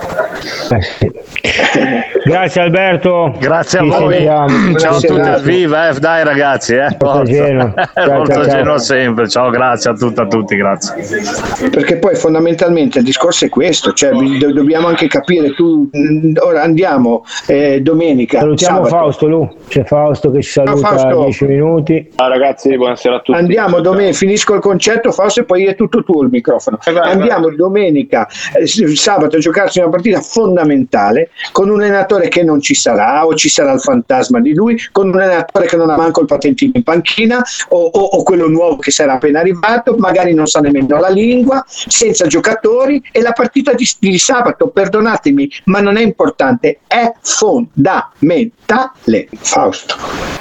Grazie Alberto, grazie a voi, ciao a tutti, viva, eh, dai ragazzi, eh. Forza Genoa, Forza Genoa sempre, ciao, grazie a tutti, a tutti, grazie. Perché poi fondamentalmente il discorso è questo, cioè do- dobbiamo anche capire, tu ora andiamo eh, domenica, salutiamo sabato. Fausto, Lu, c'è Fausto che ci saluta a dieci minuti. Ciao ragazzi, buonasera a tutti. Andiamo domenica, finisco il concetto Fausto e poi è tutto tuo il microfono. Vai, andiamo vai. domenica, eh, sabato a giocarsi una partita fondamentale, con un allenatore che non ci sarà o ci sarà il fantasma di lui, con un allenatore che non ha manco il patentino in panchina o, o, o quello nuovo che sarà appena arrivato, magari non sa nemmeno la lingua, senza giocatori, e la partita di, di sabato, perdonatemi, ma non è importante, è fondamentale. Fausto.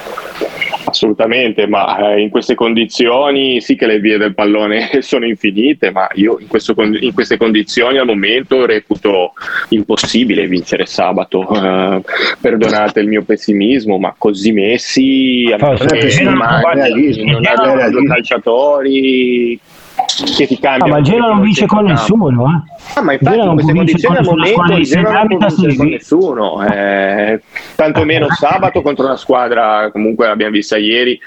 Assolutamente, ma eh, in queste condizioni sì che le vie del pallone sono infinite, ma io in, questo, in queste condizioni al momento reputo impossibile vincere sabato. Eh, perdonate il mio pessimismo, ma così messi a Forse, me, non hanno due calciatori che ti cambiano. Ah, ma Genoa non vince con nessuno, eh? Ah, ma infatti in queste condizioni al momento il Genoa non può vincere con nessuno, eh, tanto meno sabato contro una squadra, comunque l'abbiamo vista ieri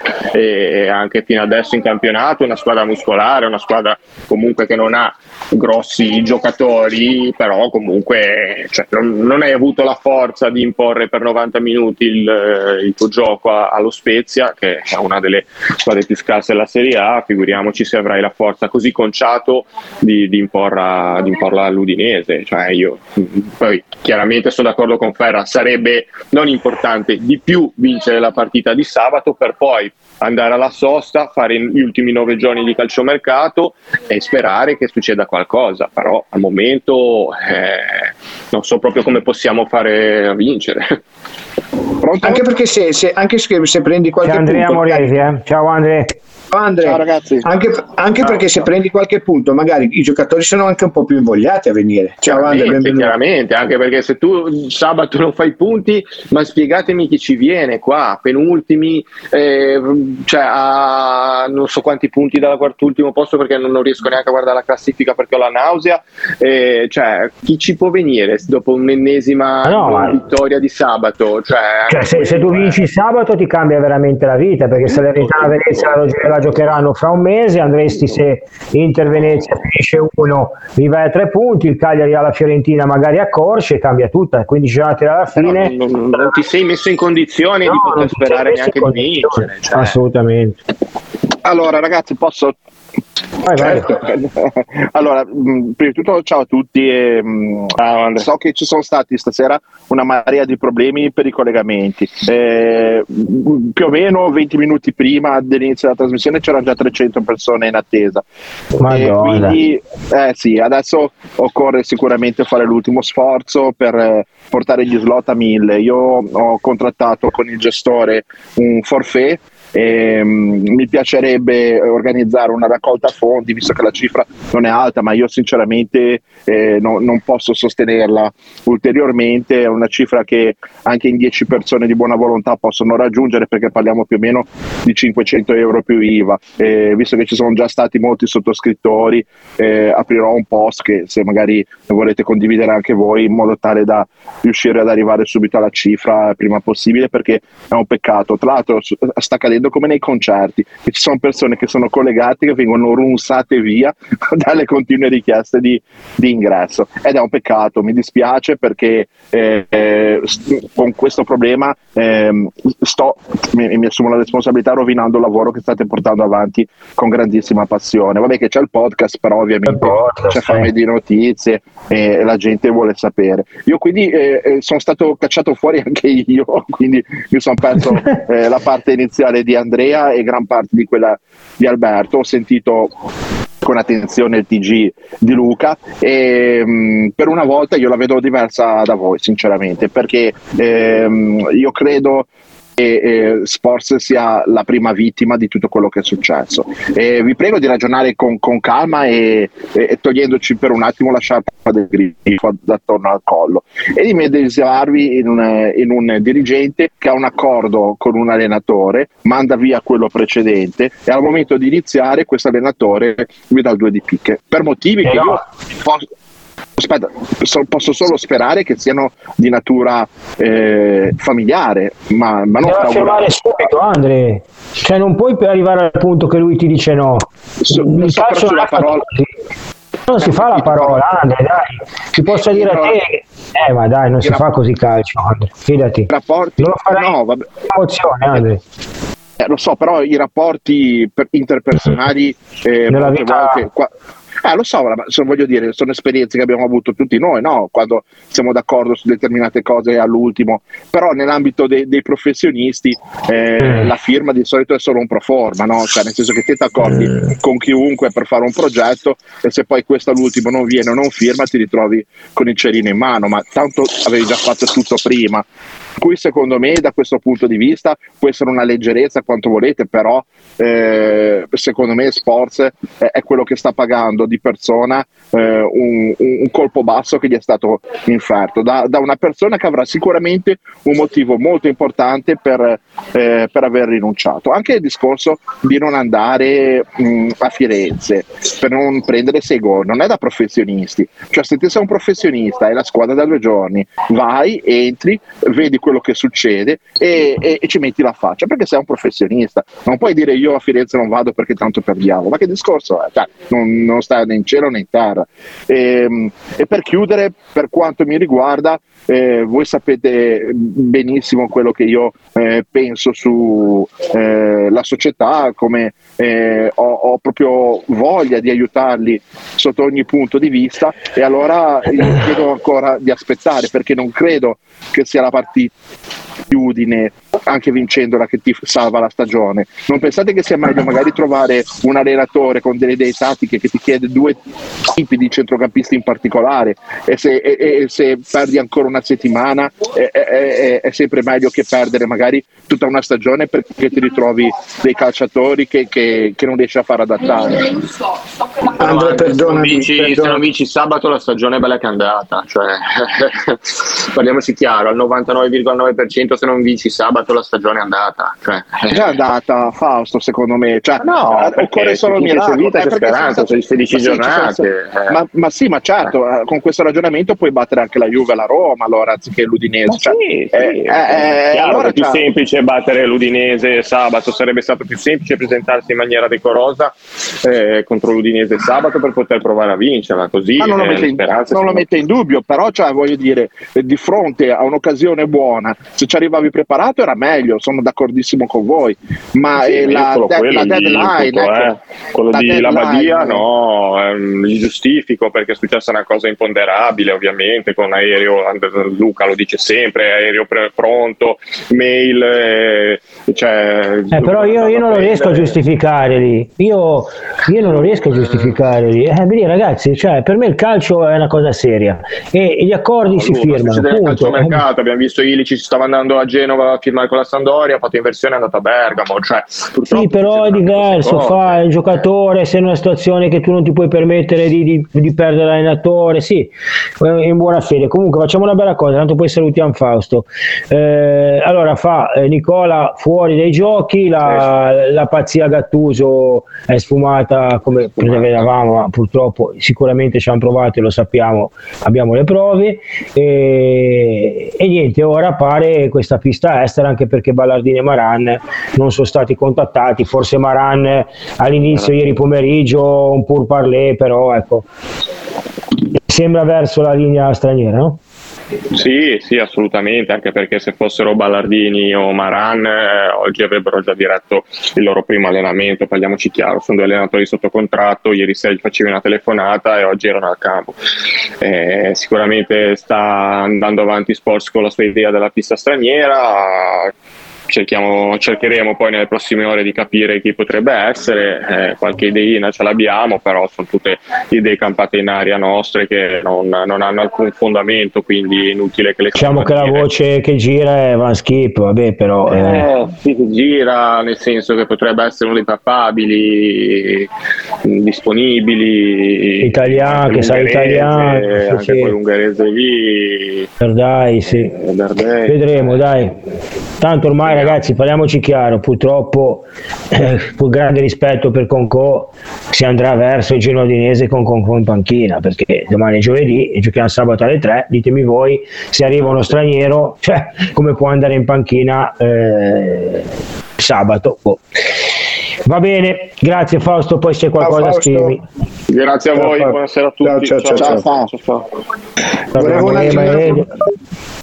e anche fino adesso in campionato, una squadra muscolare, una squadra comunque che non ha grossi giocatori, però comunque cioè, non, non hai avuto la forza di imporre per novanta minuti il, il tuo gioco a, allo Spezia, che è una delle squadre più scarse della Serie A, figuriamoci se avrai la forza così conciato di, di imporla di imporla all'Udinese. Cioè io poi chiaramente sono d'accordo con Ferra, sarebbe non importante di più vincere la partita di sabato per poi andare alla sosta, fare gli ultimi nove giorni di calciomercato e sperare che succeda qualcosa, però al momento eh, non so proprio come possiamo fare a vincere. Pronto? Anche perché se, se, anche se, se prendi qualche C'è Andrea punto, Moresi, eh? Ciao Andrea. Andrea, ciao ragazzi. Anche, anche ciao, perché ciao. Se prendi qualche punto magari i giocatori sono anche un po' più invogliati a venire. Ciao Andrea, benvenuto. Chiaramente, anche perché se tu sabato non fai punti, ma spiegatemi chi ci viene qua, penultimi, eh, cioè a non so quanti punti dal quartultimo posto, perché non, non riesco neanche a guardare la classifica perché ho la nausea, eh, cioè chi ci può venire dopo un'ennesima no, ma... vittoria di sabato? Cioè, cioè se, se tu vinci sabato ti cambia veramente la vita, perché se Salernitana Venezia la, la giocheranno fra un mese, andresti, se Inter Venezia finisce uno, vi vai a tre punti, il Cagliari alla Fiorentina magari a Corce, cambia tutta, quindici giornate alla fine. Non, non, non ti sei messo in condizione no, di poter sperare neanche di vincere. Cioè. Assolutamente. Allora ragazzi, posso... Vai, vai. Allora, mh, prima di tutto ciao a tutti e, mh, ah, so che ci sono stati stasera una marea di problemi per i collegamenti, eh, più o meno venti minuti prima dell'inizio della trasmissione c'erano già trecento persone in attesa. E quindi eh, sì, adesso occorre sicuramente fare l'ultimo sforzo per eh, portare gli slot a mille. Io ho contrattato con il gestore un forfait. E, um, mi piacerebbe organizzare una raccolta fondi, visto che la cifra non è alta, ma io sinceramente eh, no, non posso sostenerla ulteriormente. È una cifra che anche in dieci persone di buona volontà possono raggiungere, perché parliamo più o meno di cinquecento euro più I V A. Eh, visto che ci sono già stati molti sottoscrittori, eh, aprirò un post che se magari volete condividere anche voi, in modo tale da riuscire ad arrivare subito alla cifra il prima possibile, perché è un peccato. Tra l'altro sta accadendo come nei concerti, che ci sono persone che sono collegate che vengono runsate via dalle continue richieste di, di ingresso, ed è un peccato. Mi dispiace perché eh, eh, con questo problema eh, sto mi, mi assumo la responsabilità, rovinando il lavoro che state portando avanti con grandissima passione. Vabbè che c'è il podcast, però ovviamente podcast, c'è fame sì. di notizie e la gente vuole sapere. Io quindi eh, sono stato cacciato fuori anche io, quindi mi sono perso eh, la parte iniziale di Andrea e gran parte di quella di Alberto. Ho sentito con attenzione il T G di Luca e mh, per una volta io la vedo diversa da voi sinceramente, perché ehm, io credo che eh, Sports sia la prima vittima di tutto quello che è successo. E vi prego di ragionare con, con calma e, e togliendoci per un attimo la sciarpa del grifo attorno al collo, e di medesimarvi in un, in un dirigente che ha un accordo con un allenatore, manda via quello precedente e al momento di iniziare questo allenatore vi dà il due di picche per motivi che io posso Aspetta, so, posso solo sperare che siano di natura eh, familiare, ma, ma non deve fermare subito, Andre. Cioè non puoi arrivare al punto che lui ti dice no. So, non so, però sulla parola non si fa la parola, Andre, dai. Ci posso dire a te, eh ma dai, non si fa così calcio, Andre, fidati. Rapporti, non lo farai no, vabbè. Emozione, Andre. Eh, lo so, però i rapporti per interpersonali eh, nella vita volte, qua, Eh, lo so, ma se voglio dire, sono esperienze che abbiamo avuto tutti noi, no? Quando siamo d'accordo su determinate cose all'ultimo, però nell'ambito de- dei professionisti eh, la firma di solito è solo un pro forma, no? Cioè, nel senso che te ti accordi con chiunque per fare un progetto e se poi questo all'ultimo non viene o non firma ti ritrovi con il cerino in mano, ma tanto avevi già fatto tutto prima. Cui secondo me da questo punto di vista può essere una leggerezza quanto volete, però eh, secondo me Sports è, è quello che sta pagando di persona eh, un, un colpo basso che gli è stato inferto da, da una persona che avrà sicuramente un motivo molto importante per, eh, per aver rinunciato. Anche il discorso di non andare mh, a Firenze per non prendere sei gol non è da professionisti, cioè se te sei un professionista e la squadra da due giorni vai, entri, vedi quello che succede e, e, e ci metti la faccia, perché sei un professionista, non puoi dire io a Firenze non vado perché tanto perdiamo, ma che discorso è? Cioè, non, non sta né in cielo né in terra. E, e per chiudere, per quanto mi riguarda, eh, voi sapete benissimo quello che io eh, penso su eh, la società, come eh, ho, ho proprio voglia di aiutarli sotto ogni punto di vista, e allora io chiedo ancora di aspettare, perché non credo che sia la partita di Udine, anche vincendola, che ti salva la stagione. Non pensate che sia meglio magari trovare un allenatore con delle idee tattiche che ti chiede due tipi di centrocampisti in particolare, e se, e, e se perdi ancora una settimana è, è, è sempre meglio che perdere magari tutta una stagione perché ti ritrovi dei calciatori che, che, che non riesci a far adattare. Andrea, perdonami, se non vinci sabato la stagione è bella che è andata, cioè, parliamoci chiaro, al novantanove virgola nove per cento se non vinci sabato la stagione è andata, cioè. È già andata, Fausto, secondo me, cioè, no, occorre solo il miracolo, vita, eh, c'è speranza, c'è sedici ma giornate sì, eh. ma, ma sì, ma certo, eh. con questo ragionamento puoi battere anche la Juve e la Roma, allora, anziché l'Udinese, cioè, sì, sì, eh, eh, chiaro, allora è più già... semplice battere l'Udinese sabato, sarebbe stato più semplice presentarsi in maniera decorosa eh, contro l'Udinese sabato per poter provare a vincerla, così ma non lo, eh, mette, in, non lo mette in dubbio, però cioè, voglio dire, eh, di fronte a un'occasione buona, se ci arrivavi preparato era meglio, sono d'accordissimo con voi, ma sì, eh, la, de- la deadline, inputo, ecco, eh. quello la di deadline, Labadia no, ehm, li giustifico perché è successa una cosa imponderabile, ovviamente, con aereo, Luca lo dice sempre, aereo pre- pronto, mail, eh, cioè, eh, però io, io non lo riesco a giustificare lì, io, io non lo riesco a giustificare lì, eh, vedi, ragazzi, cioè, per me il calcio è una cosa seria e, e gli accordi no, si Luca, firmano, punto. Mercato, abbiamo visto Ilici si stava andando a Genova a firmare con la Sampdoria, ha fatto inversione, è andato a Bergamo, cioè, sì, però è diverso, fa il giocatore, se è in una situazione che tu non ti puoi permettere di, di, di perdere l'allenatore, sì, in buona fede. Comunque facciamo una bella cosa, tanto poi salutiamo Fausto. Eh, allora fa eh, Nicola fuori dai giochi, la, la pazzia Gattuso è sfumata come prevedevamo, ma purtroppo sicuramente ci hanno provato e lo sappiamo, abbiamo le prove, e, e niente, ora pare questa pista estera, anche perché Ballardini e Maran non sono stati contattati, forse Maran all'inizio ieri pomeriggio un pur parler, però ecco, sembra verso la linea straniera, no? Sì, sì, assolutamente, anche perché se fossero Ballardini o Maran eh, oggi avrebbero già diretto il loro primo allenamento, parliamoci chiaro, sono due allenatori sotto contratto, ieri sera gli facevi una telefonata e oggi erano al campo. Eh, sicuramente sta andando avanti Sports con la sua idea della pista straniera. Cerchiamo, cercheremo poi nelle prossime ore di capire chi potrebbe essere, eh, qualche ideina ce l'abbiamo, però sono tutte idee campate in aria nostre che non, non hanno alcun fondamento, quindi è inutile che le diciamo che la voce che gira è Van Schip, vabbè, però eh, eh. Sì, che gira nel senso che potrebbe essere uno dei papabili disponibili, italiano, che sa italiano, sì, anche sì. Poi l'ungherese lì, dai, sì. eh, Dardai. Vedremo, dai, tanto ormai ragazzi, parliamoci chiaro, purtroppo eh, con grande rispetto per Concò si andrà verso il Genoa Udinese con Concò in panchina, perché domani è giovedì e giochiamo sabato alle tre, ditemi voi se arriva uno straniero, cioè, come può andare in panchina eh, sabato, boh. Va bene, grazie Fausto, poi se c'è qualcosa scrivi. Grazie a voi, buonasera a tutti. Ciao ciao ciao. ciao, ciao. ciao. Volevo un attimo...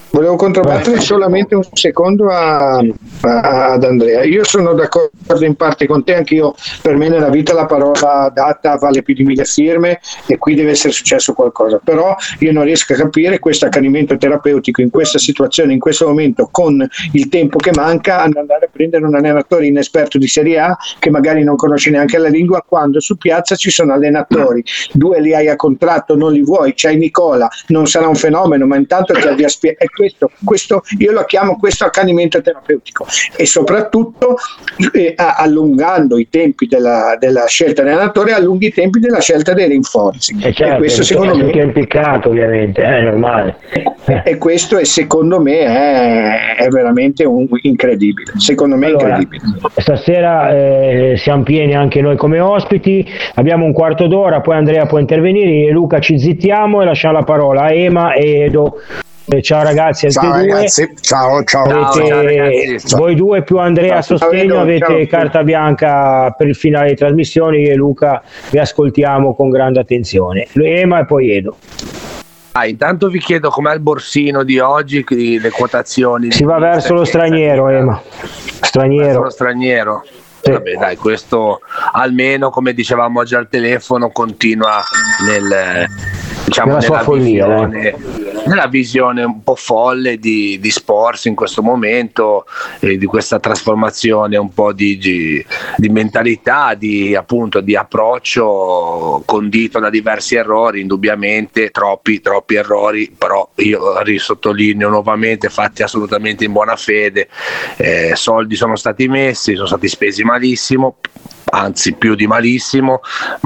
Volevo controbattere solamente un secondo a, a, ad Andrea. Io sono d'accordo in parte con te, anche io, per me nella vita la parola data vale più di mille firme e qui deve essere successo qualcosa, però io non riesco a capire questo accanimento terapeutico in questa situazione, in questo momento, con il tempo che manca, ad andare a prendere un allenatore inesperto di Serie A che magari non conosce neanche la lingua, quando su piazza ci sono allenatori, due li hai a contratto, non li vuoi, c'hai Nicola, non sarà un fenomeno, ma intanto ti avvia a spiegare. Questo, questo io lo chiamo questo accanimento terapeutico, e soprattutto eh, allungando i tempi della, della scelta dell'allenatore, allunghi i tempi della scelta dei rinforzi. E, certo, e questo secondo me è impiccato, ovviamente, è normale. E questo è, secondo me è, è veramente un, incredibile. Secondo me allora, incredibile. Stasera eh, siamo pieni anche noi come ospiti, abbiamo un quarto d'ora, poi Andrea può intervenire e Luca ci zittiamo e lasciamo la parola a Ema e Edo. Ciao ragazzi, a ciao tutti ragazzi, due. ciao ciao, Avete, ciao ragazzi. Voi due più Andrea a sostegno, ciao, avete ciao. Carta bianca per il finale di trasmissioni e Luca vi ascoltiamo con grande attenzione. Ema e poi Edo. Ah, intanto vi chiedo com'è il borsino di oggi, le quotazioni. Si va verso lo straniero, Ema. Straniero. Verso lo straniero. Sì. Vabbè, dai, questo almeno, come dicevamo oggi al telefono, continua nel, diciamo, nella, sua follia, visione, nella visione un po' folle di, di Sports in questo momento, eh, di questa trasformazione un po' di, di, di mentalità, di, appunto, di approccio condito da diversi errori, indubbiamente troppi, troppi errori, però io risottolineo nuovamente fatti assolutamente in buona fede, eh, soldi sono stati messi, sono stati spesi malissimo, anzi più di malissimo,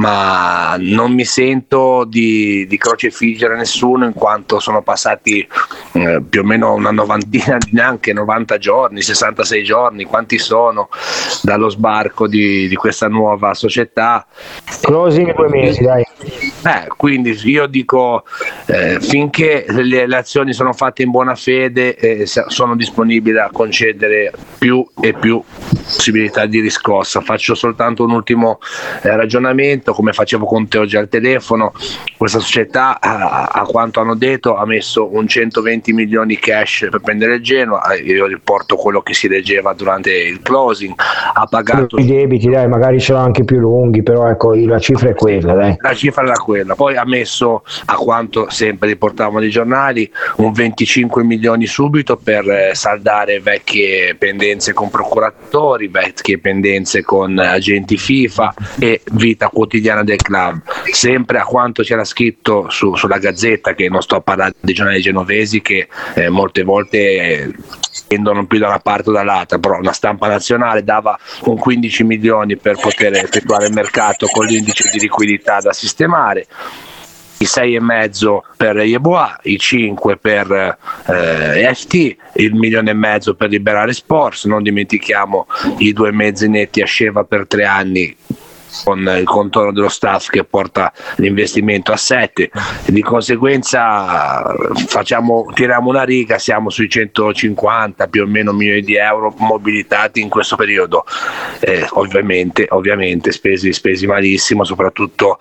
ma non mi sento di, di crocefiggere nessuno, in quanto sono passati eh, più o meno una novantina, neanche novanta giorni, sessantasei giorni, quanti sono dallo sbarco di, di questa nuova società. Closing due mesi, dai. Eh, quindi io dico eh, finché le, le azioni sono fatte in buona fede, eh, sono disponibile a concedere più e più possibilità di riscossa. Faccio soltanto un ultimo eh, ragionamento, come facevo con te oggi al telefono. Questa società, a, a quanto hanno detto, ha messo un centoventi milioni cash per prendere il Genoa. Io riporto quello che si leggeva durante il closing. Ha pagato i debiti, dai, magari ce l'ho anche più lunghi, però ecco, la cifra è quella, dai. La cifra era quella. Poi ha messo, a quanto sempre riportavano i giornali, un venticinque milioni subito per eh, saldare vecchie pendenze con procuratori, vecchie pendenze con agenti FIFA e vita quotidiana del club. Sempre a quanto c'era scritto su, sulla Gazzetta, che non sto a parlare dei giornali genovesi che eh, molte volte eh, tendono più da una parte o dall'altra, però la stampa nazionale dava un quindici milioni per poter effettuare il mercato con l'indice di liquidità da sistemare, i sei e mezzo per Yeboah, i cinque per eh, F T, il milione e mezzo per liberare Sports. Non dimentichiamo i due mezzi netti a Sheva per tre anni, con il contorno dello staff che porta l'investimento a sette. Di conseguenza facciamo, tiriamo una riga, siamo sui centocinquanta più o meno milioni di euro mobilitati in questo periodo. Eh, ovviamente, ovviamente spesi, spesi malissimo, soprattutto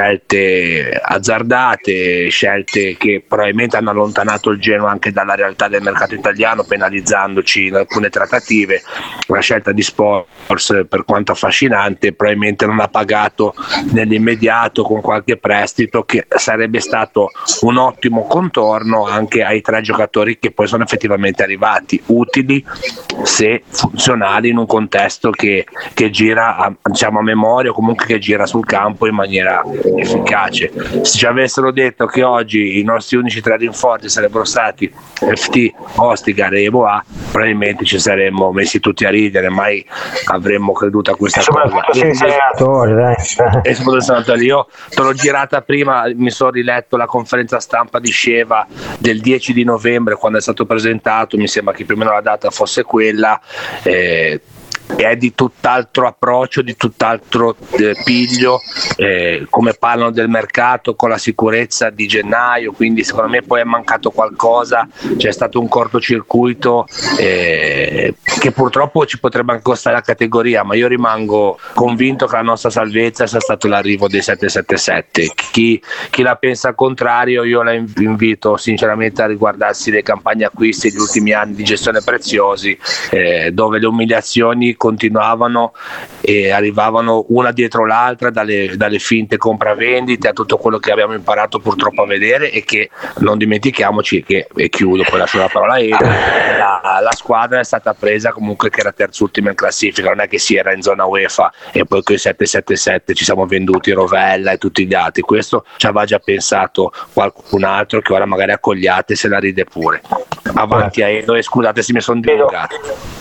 scelte azzardate, scelte che probabilmente hanno allontanato il Genoa anche dalla realtà del mercato italiano, penalizzandoci in alcune trattative. La scelta di Sports, per quanto affascinante, probabilmente non ha pagato nell'immediato con qualche prestito, che sarebbe stato un ottimo contorno anche ai tre giocatori che poi sono effettivamente arrivati, utili se funzionali in un contesto che, che gira a, diciamo, a memoria, o comunque che gira sul campo in maniera efficace. Se ci avessero detto che oggi i nostri unici tre rinforzi sarebbero stati F T, Ostigar e Yeboah, probabilmente ci saremmo messi tutti a ridere, mai avremmo creduto a questa cosa. Dai. E io te l'ho girata prima, mi sono riletto la conferenza stampa di Sheva del dieci di novembre, quando è stato presentato, mi sembra che più o meno la data fosse quella. eh, è di tutt'altro approccio, di tutt'altro eh, piglio, eh, come parlano del mercato con la sicurezza di gennaio, quindi secondo me poi è mancato qualcosa, c'è stato un cortocircuito eh, che purtroppo ci potrebbe anche costare la categoria, ma io rimango convinto che la nostra salvezza sia stato l'arrivo dei sette sette sette. Chi, chi la pensa al contrario, io la invito sinceramente a riguardarsi le campagne acquisti degli ultimi anni di gestione preziosi, eh, dove le umiliazioni continuavano e arrivavano una dietro l'altra, dalle, dalle finte compravendite a tutto quello che abbiamo imparato purtroppo a vedere, e che non dimentichiamoci che, e chiudo, poi lascio la parola a Edo, la, la squadra è stata presa comunque che era terzultima in classifica, non è che si era in zona UEFA e poi con i sette sette sette ci siamo venduti Rovella e tutti gli altri. Questo ci aveva già pensato qualcun altro che ora magari accogliate se la ride pure. Avanti a Edo, e scusate se mi sono dilungato.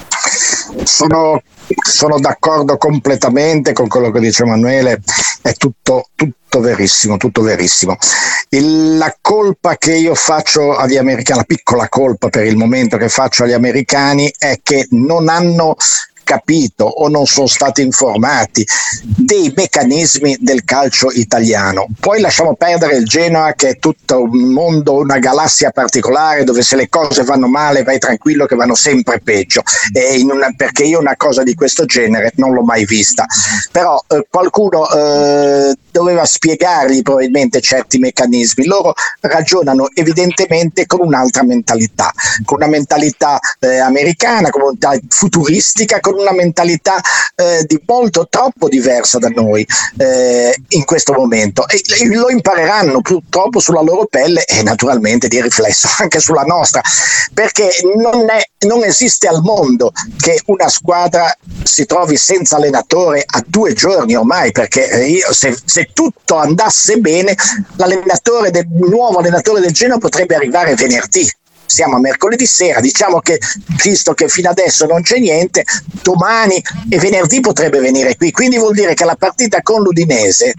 Sono, sono d'accordo completamente con quello che dice Emanuele, è tutto, tutto verissimo, tutto verissimo. Il, la colpa che io faccio agli americani, la piccola colpa per il momento che faccio agli americani, è che non hanno capito o non sono stati informati dei meccanismi del calcio italiano. Poi lasciamo perdere il Genoa, che è tutto un mondo, una galassia particolare, dove se le cose vanno male vai tranquillo che vanno sempre peggio, e in una, perché io una cosa di questo genere non l'ho mai vista. Però eh, qualcuno eh, doveva spiegargli probabilmente certi meccanismi. Loro ragionano evidentemente con un'altra mentalità, con una mentalità eh, americana, con una mentalità futuristica, con una mentalità eh, di molto troppo diversa da noi eh, in questo momento, e, e lo impareranno purtroppo sulla loro pelle, e naturalmente di riflesso anche sulla nostra, perché non, è, non esiste al mondo che una squadra si trovi senza allenatore a due giorni ormai, perché io, se, se tutto andasse bene, l'allenatore del nuovo allenatore del Genoa potrebbe arrivare venerdì. Siamo a mercoledì sera, diciamo che visto che fino adesso non c'è niente, domani e venerdì potrebbe venire qui, quindi vuol dire che la partita con l'Udinese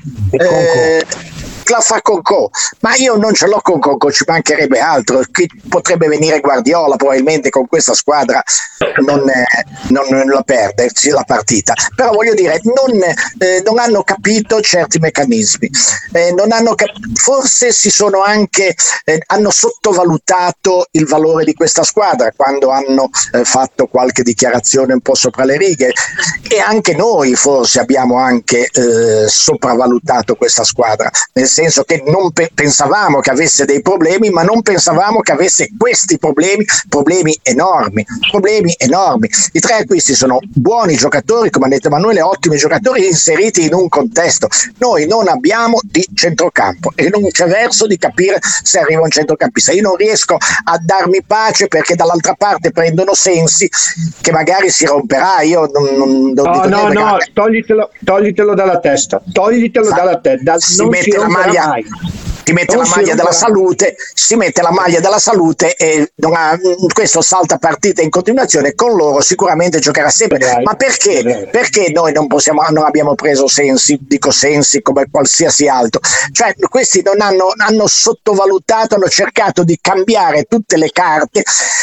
eh, la fa Concò, ma io non ce l'ho con Concò, ci mancherebbe altro. Qui potrebbe venire Guardiola, probabilmente con questa squadra non, eh, non, non la perde la partita, però voglio dire non, eh, non hanno capito certi meccanismi, eh, non hanno cap- forse si sono anche eh, hanno sottovalutato il valore di questa squadra quando hanno eh, fatto qualche dichiarazione un po' sopra le righe, e anche noi forse abbiamo anche eh, sopravvalutato questa squadra, nel senso che non pe- pensavamo che avesse dei problemi, ma non pensavamo che avesse questi problemi, problemi enormi, problemi enormi. I tre acquisti sono buoni giocatori, come ha detto Emanuele, ottimi giocatori inseriti in un contesto. Noi non abbiamo di centrocampo e non c'è verso di capire se arriva un centrocampista. Io non riesco a darmi pace perché dall'altra parte prendono Sensi, che magari si romperà. Io non, non, non no, no, no, toglitelo, toglitelo dalla testa, toglitelo Sa- dalla testa. si mette la maglia, mai. si mette non la maglia della salute, si mette la maglia della salute e non ha, questo salta partita in continuazione con loro, sicuramente giocherà sempre. Dai, ma perché? Dai. Perché noi non possiamo, non abbiamo preso Sensi, dico Sensi come qualsiasi altro, cioè questi non hanno, hanno sottovalutato, hanno cercato di cambiare tutte le carte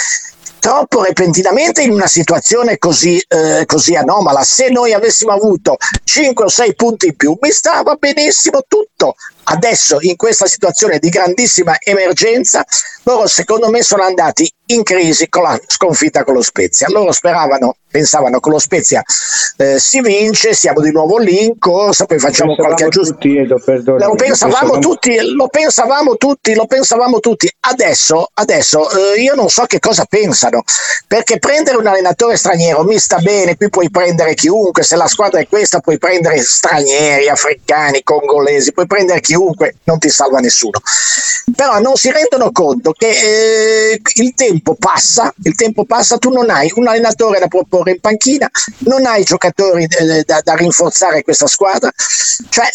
troppo repentinamente in una situazione così, eh, così anomala. Se noi avessimo avuto cinque o sei punti in più mi stava benissimo tutto. Adesso in questa situazione di grandissima emergenza loro secondo me sono andati in crisi con la sconfitta con lo Spezia. Loro speravano, pensavano che lo Spezia eh, si vince, siamo di nuovo lì in corsa, poi facciamo qualche aggiustamento. Lo pensavamo tutti, lo pensavamo tutti, lo pensavamo tutti. Adesso, adesso eh, io non so che cosa pensano, perché prendere un allenatore straniero mi sta bene, qui puoi prendere chiunque, se la squadra è questa puoi prendere stranieri, africani, congolesi, puoi prendere chiunque, non ti salva nessuno. Però non si rendono conto che eh, il tempo passa, il tempo passa, tu non hai un allenatore da proporre in panchina, non hai giocatori eh, da, da rinforzare questa squadra, cioè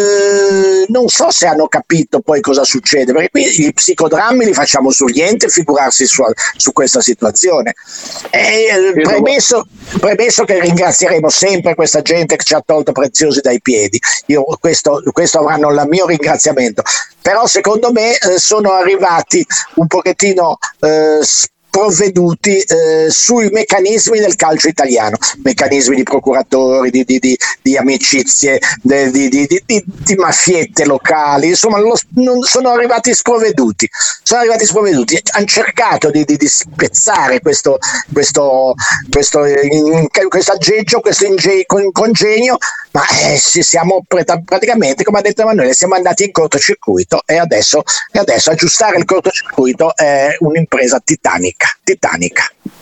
eh, non so se hanno capito poi cosa succede, perché qui gli psicodrammi li facciamo su niente, figurarsi su, su questa situazione. E, eh, premesso, premesso che ringrazieremo sempre questa gente che ci ha tolto preziosi dai piedi, io questo, questo avranno il mio ringraziamento, però secondo me eh, sono arrivati un pochettino eh, sprovveduti eh, sui meccanismi del calcio italiano, meccanismi di procuratori, di, di, di, di amicizie, di, di, di, di, di mafiette locali, insomma lo, non, sono arrivati sprovveduti, sono arrivati sprovveduti, hanno cercato di, di, di spezzare questo, questo, questo, in, questo aggeggio, questo inge, congegno, ma eh, ci siamo praticamente, come ha detto Emanuele, siamo andati in cortocircuito e adesso, e adesso aggiustare il cortocircuito è un'impresa titanica, titanica.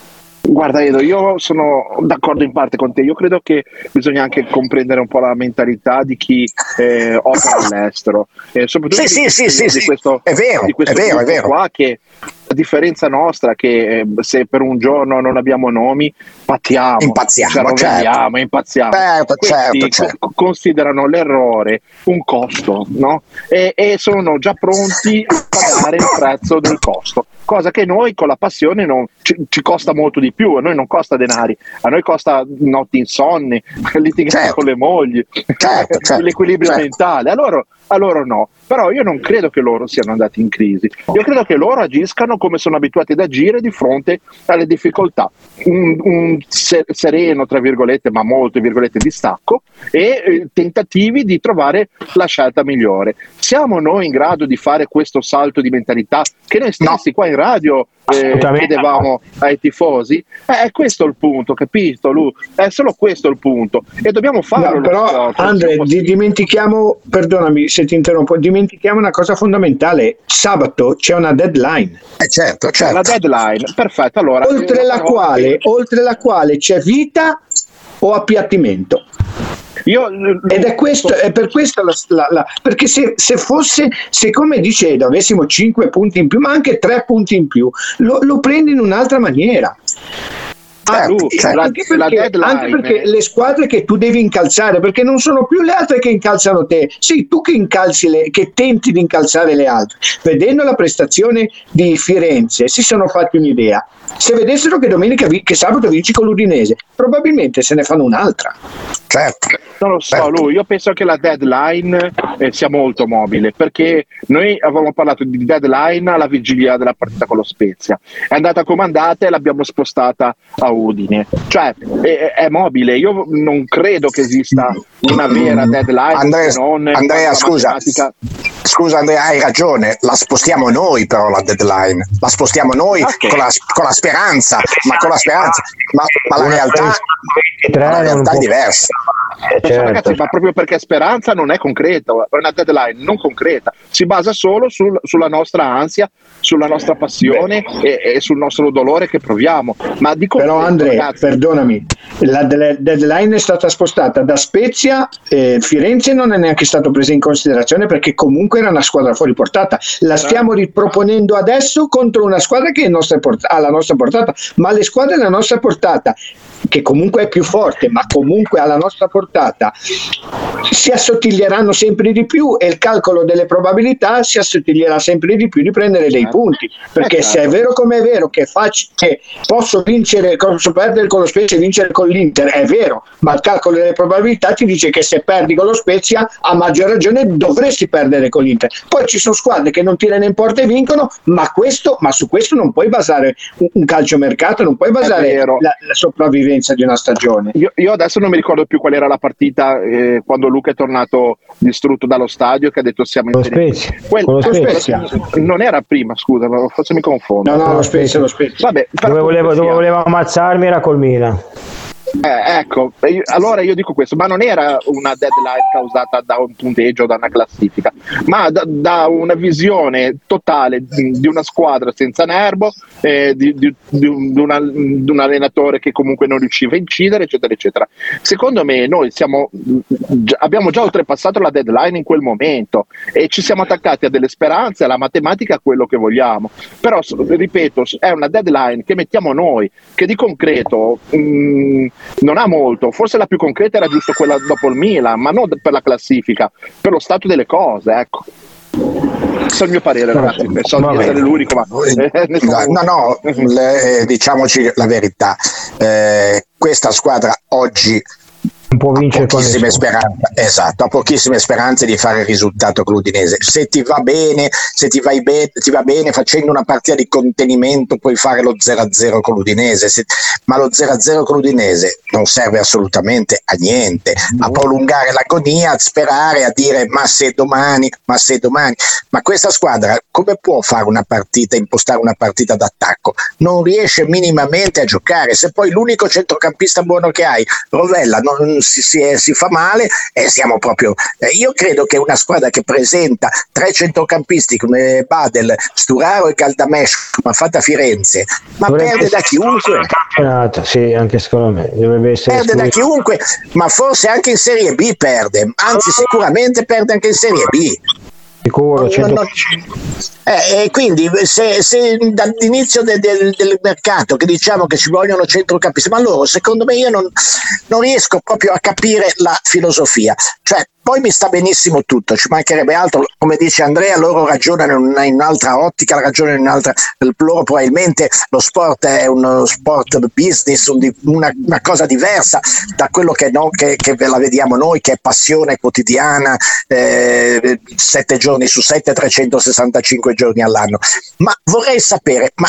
Guarda Edo, io sono d'accordo in parte con te, io credo che bisogna anche comprendere un po' la mentalità di chi eh, opera all'estero, eh, soprattutto sì, di, sì, sì, di sì, questo, è vero, di questo è vero, è vero. qua che a differenza nostra che eh, se per un giorno non abbiamo nomi pattiamo, impazziamo, cioè, certo. impazziamo. Certo, certo, certo. Co- considerano l'errore un costo, no? E, e sono già pronti a pagare il prezzo del costo, cosa che noi con la passione non, ci, ci costa molto di più, a noi non costa denari, a noi costa notti insonni, litigare certo. con le mogli, certo, certo, l'equilibrio certo. mentale, a loro, a loro no, però io non credo che loro siano andati in crisi, io credo che loro agiscano come sono abituati ad agire di fronte alle difficoltà, un, un sereno tra virgolette, ma molto virgolette distacco e eh, tentativi di trovare la scelta migliore. Siamo noi in grado di fare questo salto di mentalità che noi stessi no. qua in radio eh, chiedevamo ai tifosi? Eh, è questo il punto, capito Lu? È solo questo il punto e dobbiamo farlo. No, però sport, Andre, di, dimentichiamo, perdonami se ti interrompo, dimentichiamo una cosa fondamentale: sabato c'è una deadline. Eh certo, certo. La deadline, perfetto. Allora, oltre la quale, oltre la quale c'è vita o appiattimento. Io, ed è questo, è per questo la, la, la, perché se, se fosse, se come dice Edo avessimo cinque punti in più, ma anche tre punti in più, lo, lo prendi in un'altra maniera. Ah, certo, certo. Anche, perché, la anche perché le squadre che tu devi incalzare, perché non sono più le altre che incalzano te, sì, tu che incalzi le, che tenti di incalzare le altre. Vedendo la prestazione di Firenze si sono fatti un'idea: se vedessero che domenica che sabato vinci con l'Udinese, probabilmente se ne fanno un'altra. Certo. Non lo so, lui, io penso che la deadline eh, sia molto mobile, perché noi avevamo parlato di deadline alla vigilia della partita con lo Spezia, è andata comandata e l'abbiamo spostata a Udine, cioè è, è mobile. Io non credo che esista una vera deadline. Andrea, non Andrea scusa matematica. Scusa Andrea, hai ragione, la spostiamo noi però la deadline, la spostiamo noi okay. con, la, con la speranza, ma con la speranza, ma, ma la realtà, ma la realtà è diversa. Eh, certo. Ragazzi, ma proprio perché speranza non è concreta, è una deadline non concreta, si basa solo sul, sulla nostra ansia, sulla nostra passione e, e sul nostro dolore che proviamo. Ma di però Andrea, ragazzi, perdonami, la deadline è stata spostata da Spezia, eh, Firenze non è neanche stato preso in considerazione perché comunque era una squadra fuori portata, la stiamo riproponendo adesso contro una squadra che è nostra port- alla nostra portata, ma le squadre alla nostra portata, che comunque è più forte, ma comunque alla nostra portata, si assottiglieranno sempre di più e il calcolo delle probabilità si assottiglierà sempre di più di prendere dei punti, perché se è vero come è vero che, faccio, che posso vincere, posso perdere con lo Spezia e vincere con l'Inter, è vero, ma il calcolo delle probabilità ti dice che se perdi con lo Spezia a maggior ragione dovresti perdere con l'Inter. Poi ci sono squadre che non tirano in porta e vincono, ma questo, ma su questo non puoi basare un, un calciomercato, non puoi basare la, la sopravvivenza di una stagione. Io, io adesso non mi ricordo più qual era la partita eh, quando Luca è tornato distrutto dallo stadio, che ha detto siamo in Spezia. Quel, lo Spezia. Non era prima, scusa, forse mi confondo. No, no, lo Spezia, lo Spezia. Vabbè, dove volevo, dove volevo ammazzarmi era col Milan. Eh, ecco, io, allora io dico questo, ma non era una deadline causata da un punteggio, da una classifica, ma da, da una visione totale di, di una squadra senza nervo, eh, di, di, di, un, di, una, di un allenatore che comunque non riusciva a incidere, eccetera, eccetera. Secondo me noi siamo, già, abbiamo già oltrepassato la deadline in quel momento e ci siamo attaccati a delle speranze, alla matematica, a quello che vogliamo. Però, ripeto, è una deadline che mettiamo noi, che di concreto mh, non ha molto, forse la più concreta era giusto quella dopo il Milan, ma non per la classifica, per lo stato delle cose, ecco. Questo è il mio parere, ragazzi, penso di essere l'unico, ma eh, no, no, le, diciamoci la verità, eh, questa squadra oggi non può vincere con pochissime speranze, esatto, ha pochissime speranze di fare il risultato con l'Udinese. Se ti va bene, se ti, vai be- ti va bene facendo una partita di contenimento puoi fare lo zero a zero con l'Udinese, se- ma lo zero a zero con l'Udinese non serve assolutamente a niente, a prolungare l'agonia, a sperare, a dire ma se domani, ma se domani, ma questa squadra come può fare una partita, impostare una partita d'attacco? Non riesce minimamente a giocare. Se poi l'unico centrocampista buono che hai, Rovella, non si, si, si fa male e siamo proprio eh, io credo che una squadra che presenta tre centrocampisti come Badel, Sturaro e Caldames, ma fatta a Firenze, ma dovrebbe perde da chiunque, sì, anche secondo me dovrebbe essere perde da chiunque, ma forse anche in Serie B perde, anzi sicuramente perde anche in Serie B. Sicuro, non, non, eh, e quindi se, se dall'inizio de, de, del mercato che diciamo che ci vogliono centrocampisti, ma loro secondo me io non, non riesco proprio a capire la filosofia, cioè poi mi sta benissimo tutto, ci mancherebbe altro, come dice Andrea, loro ragionano in un'altra ottica, ragionano in un'altra, loro probabilmente lo sport è uno sport business, una, una cosa diversa da quello che, no, che, che ve la vediamo noi, che è passione quotidiana, eh, sette giorni su sette, trecentosessantacinque giorni all'anno. Ma vorrei sapere, ma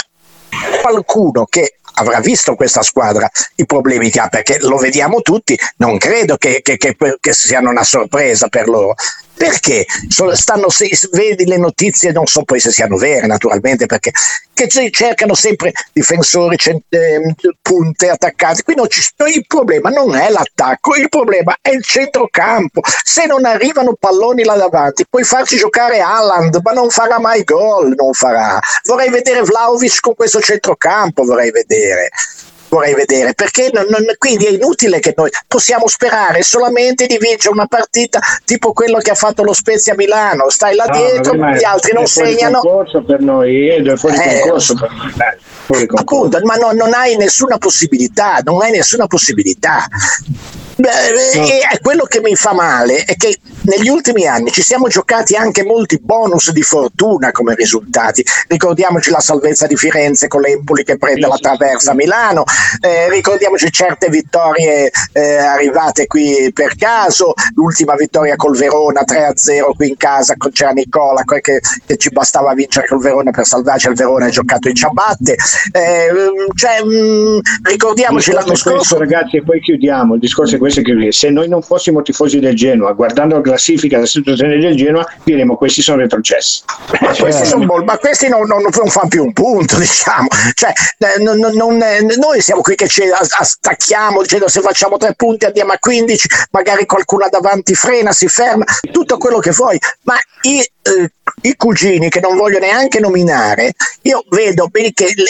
qualcuno che avrà visto questa squadra i problemi che ha, perché lo vediamo tutti, non credo che, che, che, che siano una sorpresa per loro. Perché stanno, se vedi le notizie, non so poi se siano vere naturalmente, perché che cercano sempre difensori, eh, punte, attaccanti. Qui non ci, il problema non è l'attacco, il problema è il centrocampo. Se non arrivano palloni là davanti puoi farci giocare Haaland, ma non farà mai gol, non farà. Vorrei vedere Vlahovic con questo centrocampo, vorrei vedere vorrei vedere perché non, non, quindi è inutile che noi possiamo sperare solamente di vincere una partita tipo quello che ha fatto lo Spezia a Milano, stai là no, dietro, gli altri non segnano, per noi, è fuori eh, concorso per noi, dai, fuori concorso. Appunto, ma no, non hai nessuna possibilità, non hai nessuna possibilità. Beh, no. E quello che mi fa male è che negli ultimi anni ci siamo giocati anche molti bonus di fortuna come risultati. Ricordiamoci la salvezza di Firenze con l'Empoli che prende la traversa a Milano, eh, ricordiamoci certe vittorie eh, arrivate qui per caso, l'ultima vittoria col Verona tre a zero qui in casa, c'era Nicola che, che ci bastava vincere col Verona per salvarci, il Verona ha giocato in ciabatte, eh, cioè, mh, ricordiamoci l'anno scorso, questo, ragazzi, e poi chiudiamo il discorso. Che se noi non fossimo tifosi del Genoa, guardando la classifica della situazione del Genoa, diremo questi sono retrocessi. Ma cioè, questi, sono bol- ma questi non, non, non fanno più un punto, diciamo. Cioè, non, non, noi siamo qui che ci stacchiamo dicendo se facciamo tre punti andiamo a quindici, magari qualcuno davanti frena, si ferma, tutto quello che vuoi, ma i, eh, i cugini che non voglio neanche nominare, io vedo che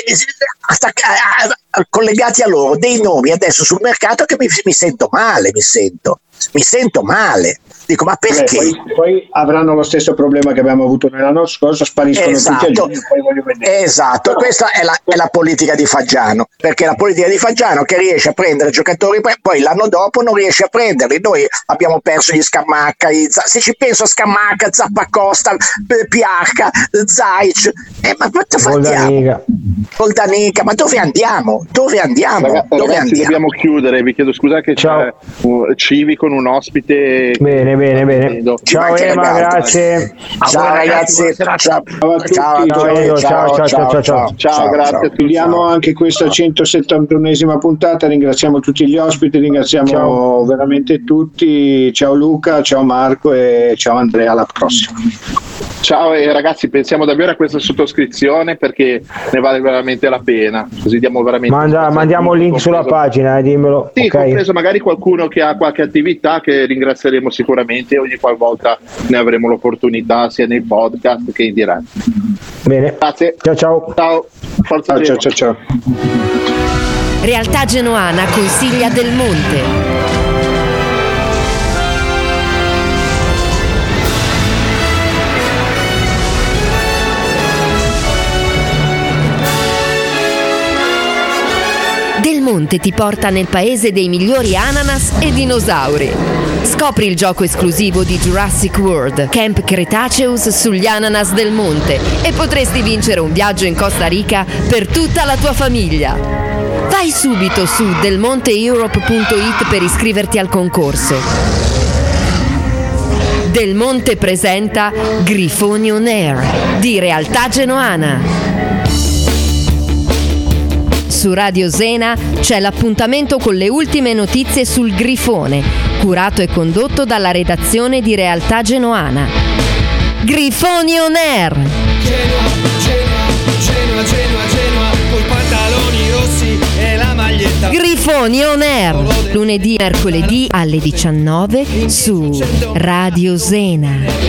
attacca- collegati a loro dei nomi adesso sul mercato che mi, mi sento male, mi sento, mi sento male. Dico, ma perché? Beh, poi, poi avranno lo stesso problema che abbiamo avuto nell'anno scorso, spariscono esatto, tutti a giugno, poi voglio vedere. Esatto, no. Questa è la, è la politica di Faggiano, perché la politica di Faggiano che riesce a prendere giocatori, poi l'anno dopo non riesce a prenderli. Noi abbiamo perso gli Scamacca, gli, se ci penso a Scamacca, Zappacosta, Piarca, Zaic, eh, ma quanto facciamo? Goldanica, ma dove andiamo? Dove andiamo? Ragazzi, dove ragazzi andiamo? dobbiamo chiudere, vi chiedo scusa che Ciao. c'è uh, Civi con un ospite. Bene, bene, bene. Ciao Ema, grazie. Ciao ragazzi. Ciao, ciao a tutti. Ciao, ciao, ciao, ciao, ciao. Ciao, grazie. Chiudiamo anche questa centosettantunesima puntata, ringraziamo tutti gli ospiti, ringraziamo ciao. veramente tutti. Ciao Luca, ciao Marco e ciao Andrea, alla prossima. Ciao e ragazzi, pensiamo davvero a questa sottoscrizione perché ne vale veramente la pena, così diamo veramente Manda, mandiamo il link sulla pagina, eh, dimmelo. Sì, okay. Compreso magari qualcuno che ha qualche attività che ringrazieremo sicuramente ogni qualvolta ne avremo l'opportunità, sia nei podcast che in diretta. Bene, grazie, ciao ciao ciao, forza ciao, ciao, ciao. Realtà Genoana consiglia Del Monte. Del Monte ti porta nel paese dei migliori ananas e dinosauri. Scopri il gioco esclusivo di Jurassic World, Camp Cretaceous sugli ananas del Monte, e potresti vincere un viaggio in Costa Rica per tutta la tua famiglia. Vai subito su delmonteeurope punto it per iscriverti al concorso. Del Monte presenta Grifoni On Air di Realtà Genoana. Su Radio Zena c'è l'appuntamento con le ultime notizie sul Grifone, curato e condotto dalla redazione di Realtà Genoana. Grifoni On Air. Genoa, Genoa, Genoa, Genoa, Genoa, coi pantaloni rossi e la maglietta. Grifoni On Air, lunedì e mercoledì alle diciannove su Radio Zena.